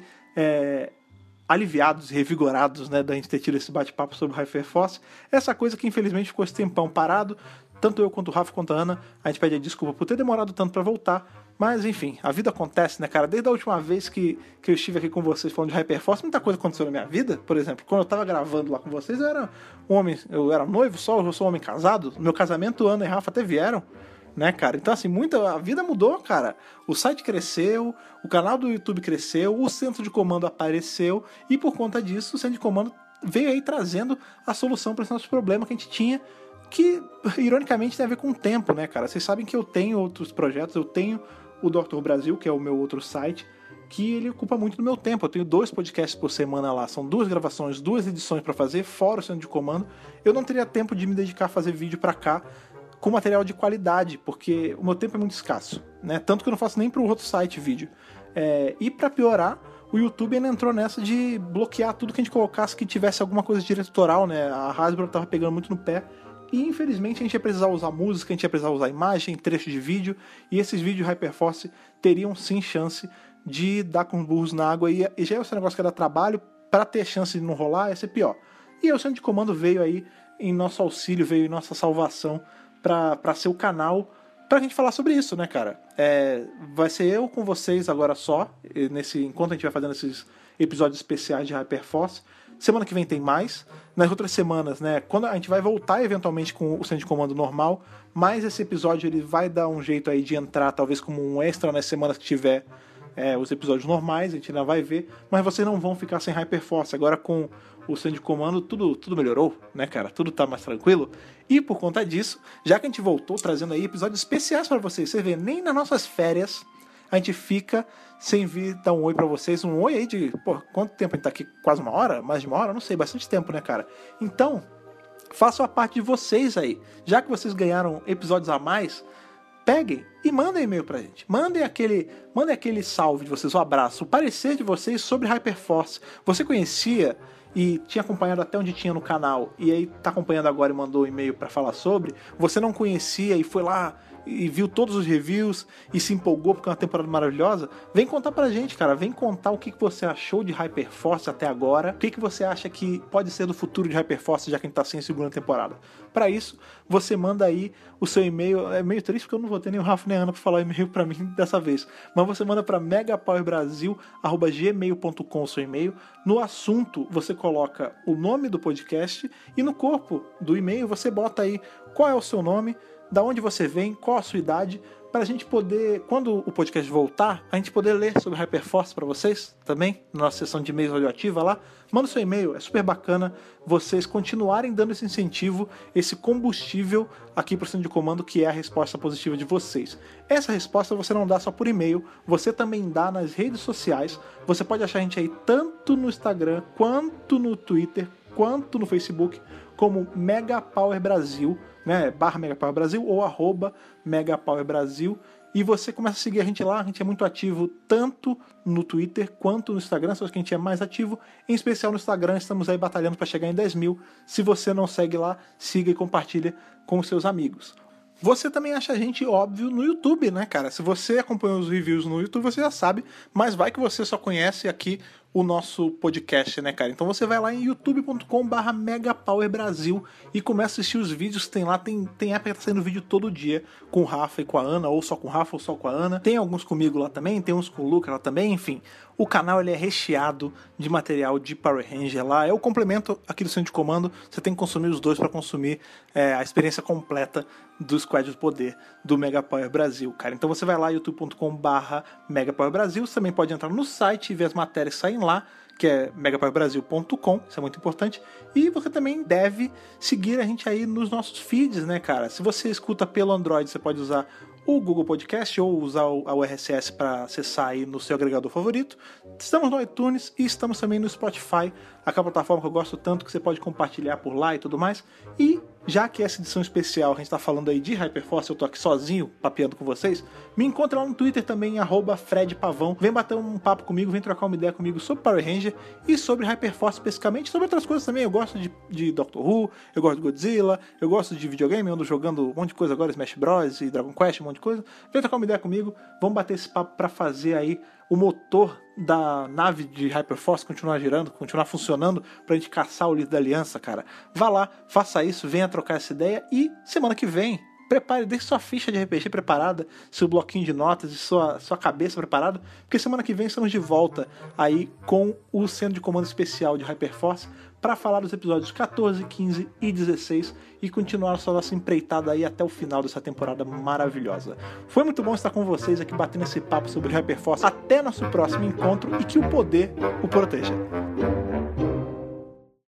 S1: é, aliviados, revigorados, né, da gente ter tido esse bate-papo sobre Hyperforce. Essa coisa que, infelizmente, ficou esse tempão parado. Tanto eu quanto o Rafa quanto a Ana, a gente pede desculpa por ter demorado tanto pra voltar. Mas, enfim, a vida acontece, né, cara? Desde a última vez que, que eu estive aqui com vocês falando de Hyperforce, muita coisa aconteceu na minha vida. Por exemplo, quando eu tava gravando lá com vocês, eu era um homem, eu era noivo só, eu sou um homem casado. No meu casamento, Ana e Rafa até vieram, né, cara? Então, assim, muita, a vida mudou, cara. O site cresceu, o canal do YouTube cresceu, o centro de comando apareceu, e por conta disso, o centro de comando veio aí trazendo a solução para esse nosso problema que a gente tinha, que, ironicamente, tem a ver com o tempo, né, cara? Vocês sabem que eu tenho outros projetos, eu tenho o doutor Brasil, que é o meu outro site, que ele ocupa muito do meu tempo. Eu tenho dois podcasts por semana lá, são duas gravações, duas edições para fazer, fora o centro de comando. Eu não teria tempo de me dedicar a fazer vídeo para cá com material de qualidade, porque o meu tempo é muito escasso, né? Tanto que eu não faço nem para o outro site vídeo. É, e para piorar, o YouTube ainda entrou nessa de bloquear tudo que a gente colocasse que tivesse alguma coisa de direito autoral, né? A Hasbro tava pegando muito no pé. E infelizmente a gente ia precisar usar música, a gente ia precisar usar imagem, trecho de vídeo, e esses vídeos Hyperforce teriam sim chance de dar com os burros na água, e, e já é esse negócio que ia dar trabalho, para ter chance de não rolar, ia ser pior. E o centro de comando veio aí em nosso auxílio, veio em nossa salvação, para ser o canal pra gente falar sobre isso, né, cara? É, vai ser eu com vocês agora só, nesse, enquanto a gente vai fazendo esses episódios especiais de Hyperforce. Semana que vem tem mais. Nas outras semanas, né, quando a gente vai voltar eventualmente com o centro de comando normal, mas esse episódio ele vai dar um jeito aí de entrar, talvez como um extra nas semanas que tiver é, os episódios normais, a gente ainda vai ver, mas vocês não vão ficar sem Hyperforce. Agora com o centro de comando tudo, tudo melhorou, né, cara? Tudo tá mais tranquilo. E por conta disso, já que a gente voltou trazendo aí episódios especiais para vocês, você vê, nem nas nossas férias a gente fica sem vir dar um oi pra vocês. Um oi aí de, pô, quanto tempo a gente tá aqui? Quase uma hora? Mais de uma hora? Não sei, bastante tempo, né, cara? Então, façam a parte de vocês aí. Já que vocês ganharam episódios a mais, peguem e mandem e-mail pra gente. Mandem aquele, mandem aquele salve de vocês, o um abraço, o parecer de vocês sobre Hyperforce. Você conhecia e tinha acompanhado até onde tinha no canal, e aí tá acompanhando agora e mandou um e-mail pra falar sobre. Você não conhecia e foi lá e viu todos os reviews e se empolgou porque é uma temporada maravilhosa, vem contar pra gente, cara. Vem contar o que você achou de Hyperforce até agora, o que você acha que pode ser do futuro de Hyperforce, já que a gente tá sem segunda temporada. Pra isso, você manda aí o seu e-mail. É meio triste porque eu não vou ter nem o Rafa nem a Ana pra falar e-mail pra mim dessa vez, mas você manda pra megapowerbrasil arroba gmail ponto com o seu e-mail. No assunto você coloca o nome do podcast e no corpo do e-mail você bota aí qual é o seu nome, da onde você vem, qual a sua idade, para a gente poder, quando o podcast voltar, a gente poder ler sobre Hyperforce para vocês também, na nossa sessão de e-mails radioativa lá. Manda o seu e-mail, é super bacana vocês continuarem dando esse incentivo, esse combustível aqui para o centro de comando, que é a resposta positiva de vocês. Essa resposta você não dá só por e-mail, você também dá nas redes sociais. Você pode achar a gente aí tanto no Instagram, quanto no Twitter, quanto no Facebook, como Megapower Brasil, né, barra Megapower Brasil ou arroba Megapower Brasil, e você começa a seguir a gente lá. A gente é muito ativo tanto no Twitter quanto no Instagram, só que a gente é mais ativo, em especial no Instagram. Estamos aí batalhando para chegar em dez mil. Se você não segue lá, siga e compartilha com os seus amigos. Você também acha a gente, óbvio, no YouTube, né, cara? Se você acompanhou os reviews no YouTube, você já sabe, mas vai que você só conhece aqui o nosso podcast, né, cara? Então você vai lá em youtube ponto com barra megapowerbrasil e começa a assistir os vídeos que tem lá. Tem, tem época que tá saindo vídeo todo dia com o Rafa e com a Ana, ou só com o Rafa ou só com a Ana. Tem alguns comigo lá também, tem uns com o Luca lá também, enfim. O canal ele é recheado de material de Power Ranger lá. É o complemento aqui do centro de comando. Você tem que consumir os dois para consumir é, a experiência completa do Squad do Poder do Mega Power Brasil, cara. Então você vai lá, youtube ponto com barra megapowerbrasil. Você também pode entrar no site e ver as matérias que saem lá, que é megapowerbrasil ponto com, isso é muito importante. E você também deve seguir a gente aí nos nossos feeds, né, cara? Se você escuta pelo Android, você pode usar o Google Podcast ou usar a U R S S para acessar aí no seu agregador favorito. Estamos no iTunes e estamos também no Spotify, aquela plataforma que eu gosto tanto, que você pode compartilhar por lá e tudo mais. E já que essa edição especial a gente está falando aí de Hyperforce, eu tô aqui sozinho papeando com vocês, me encontra lá no Twitter também, arroba Fred Pavão. Vem bater um papo comigo, vem trocar uma ideia comigo sobre Power Ranger e sobre Hyperforce especificamente, sobre outras coisas também. Eu gosto de, de Doctor Who, eu gosto de Godzilla, eu gosto de videogame, eu ando jogando um monte de coisa agora, Smash Bros e Dragon Quest, um monte de coisa. Vem trocar uma ideia comigo, vamos bater esse papo para fazer aí o motor da nave de Hyperforce continuar girando, continuar funcionando pra gente caçar o líder da aliança, cara. Vá lá, faça isso, venha trocar essa ideia e semana que vem, prepare, deixe sua ficha de R P G preparada, seu bloquinho de notas e sua, sua cabeça preparada, porque semana que vem estamos de volta aí com o Centro de Comando Especial de Hyperforce para falar dos episódios catorze, quinze e dezesseis e continuar sua nossa empreitada aí até o final dessa temporada maravilhosa. Foi muito bom estar com vocês aqui batendo esse papo sobre Hyperforce. Até nosso próximo encontro e que o poder o proteja.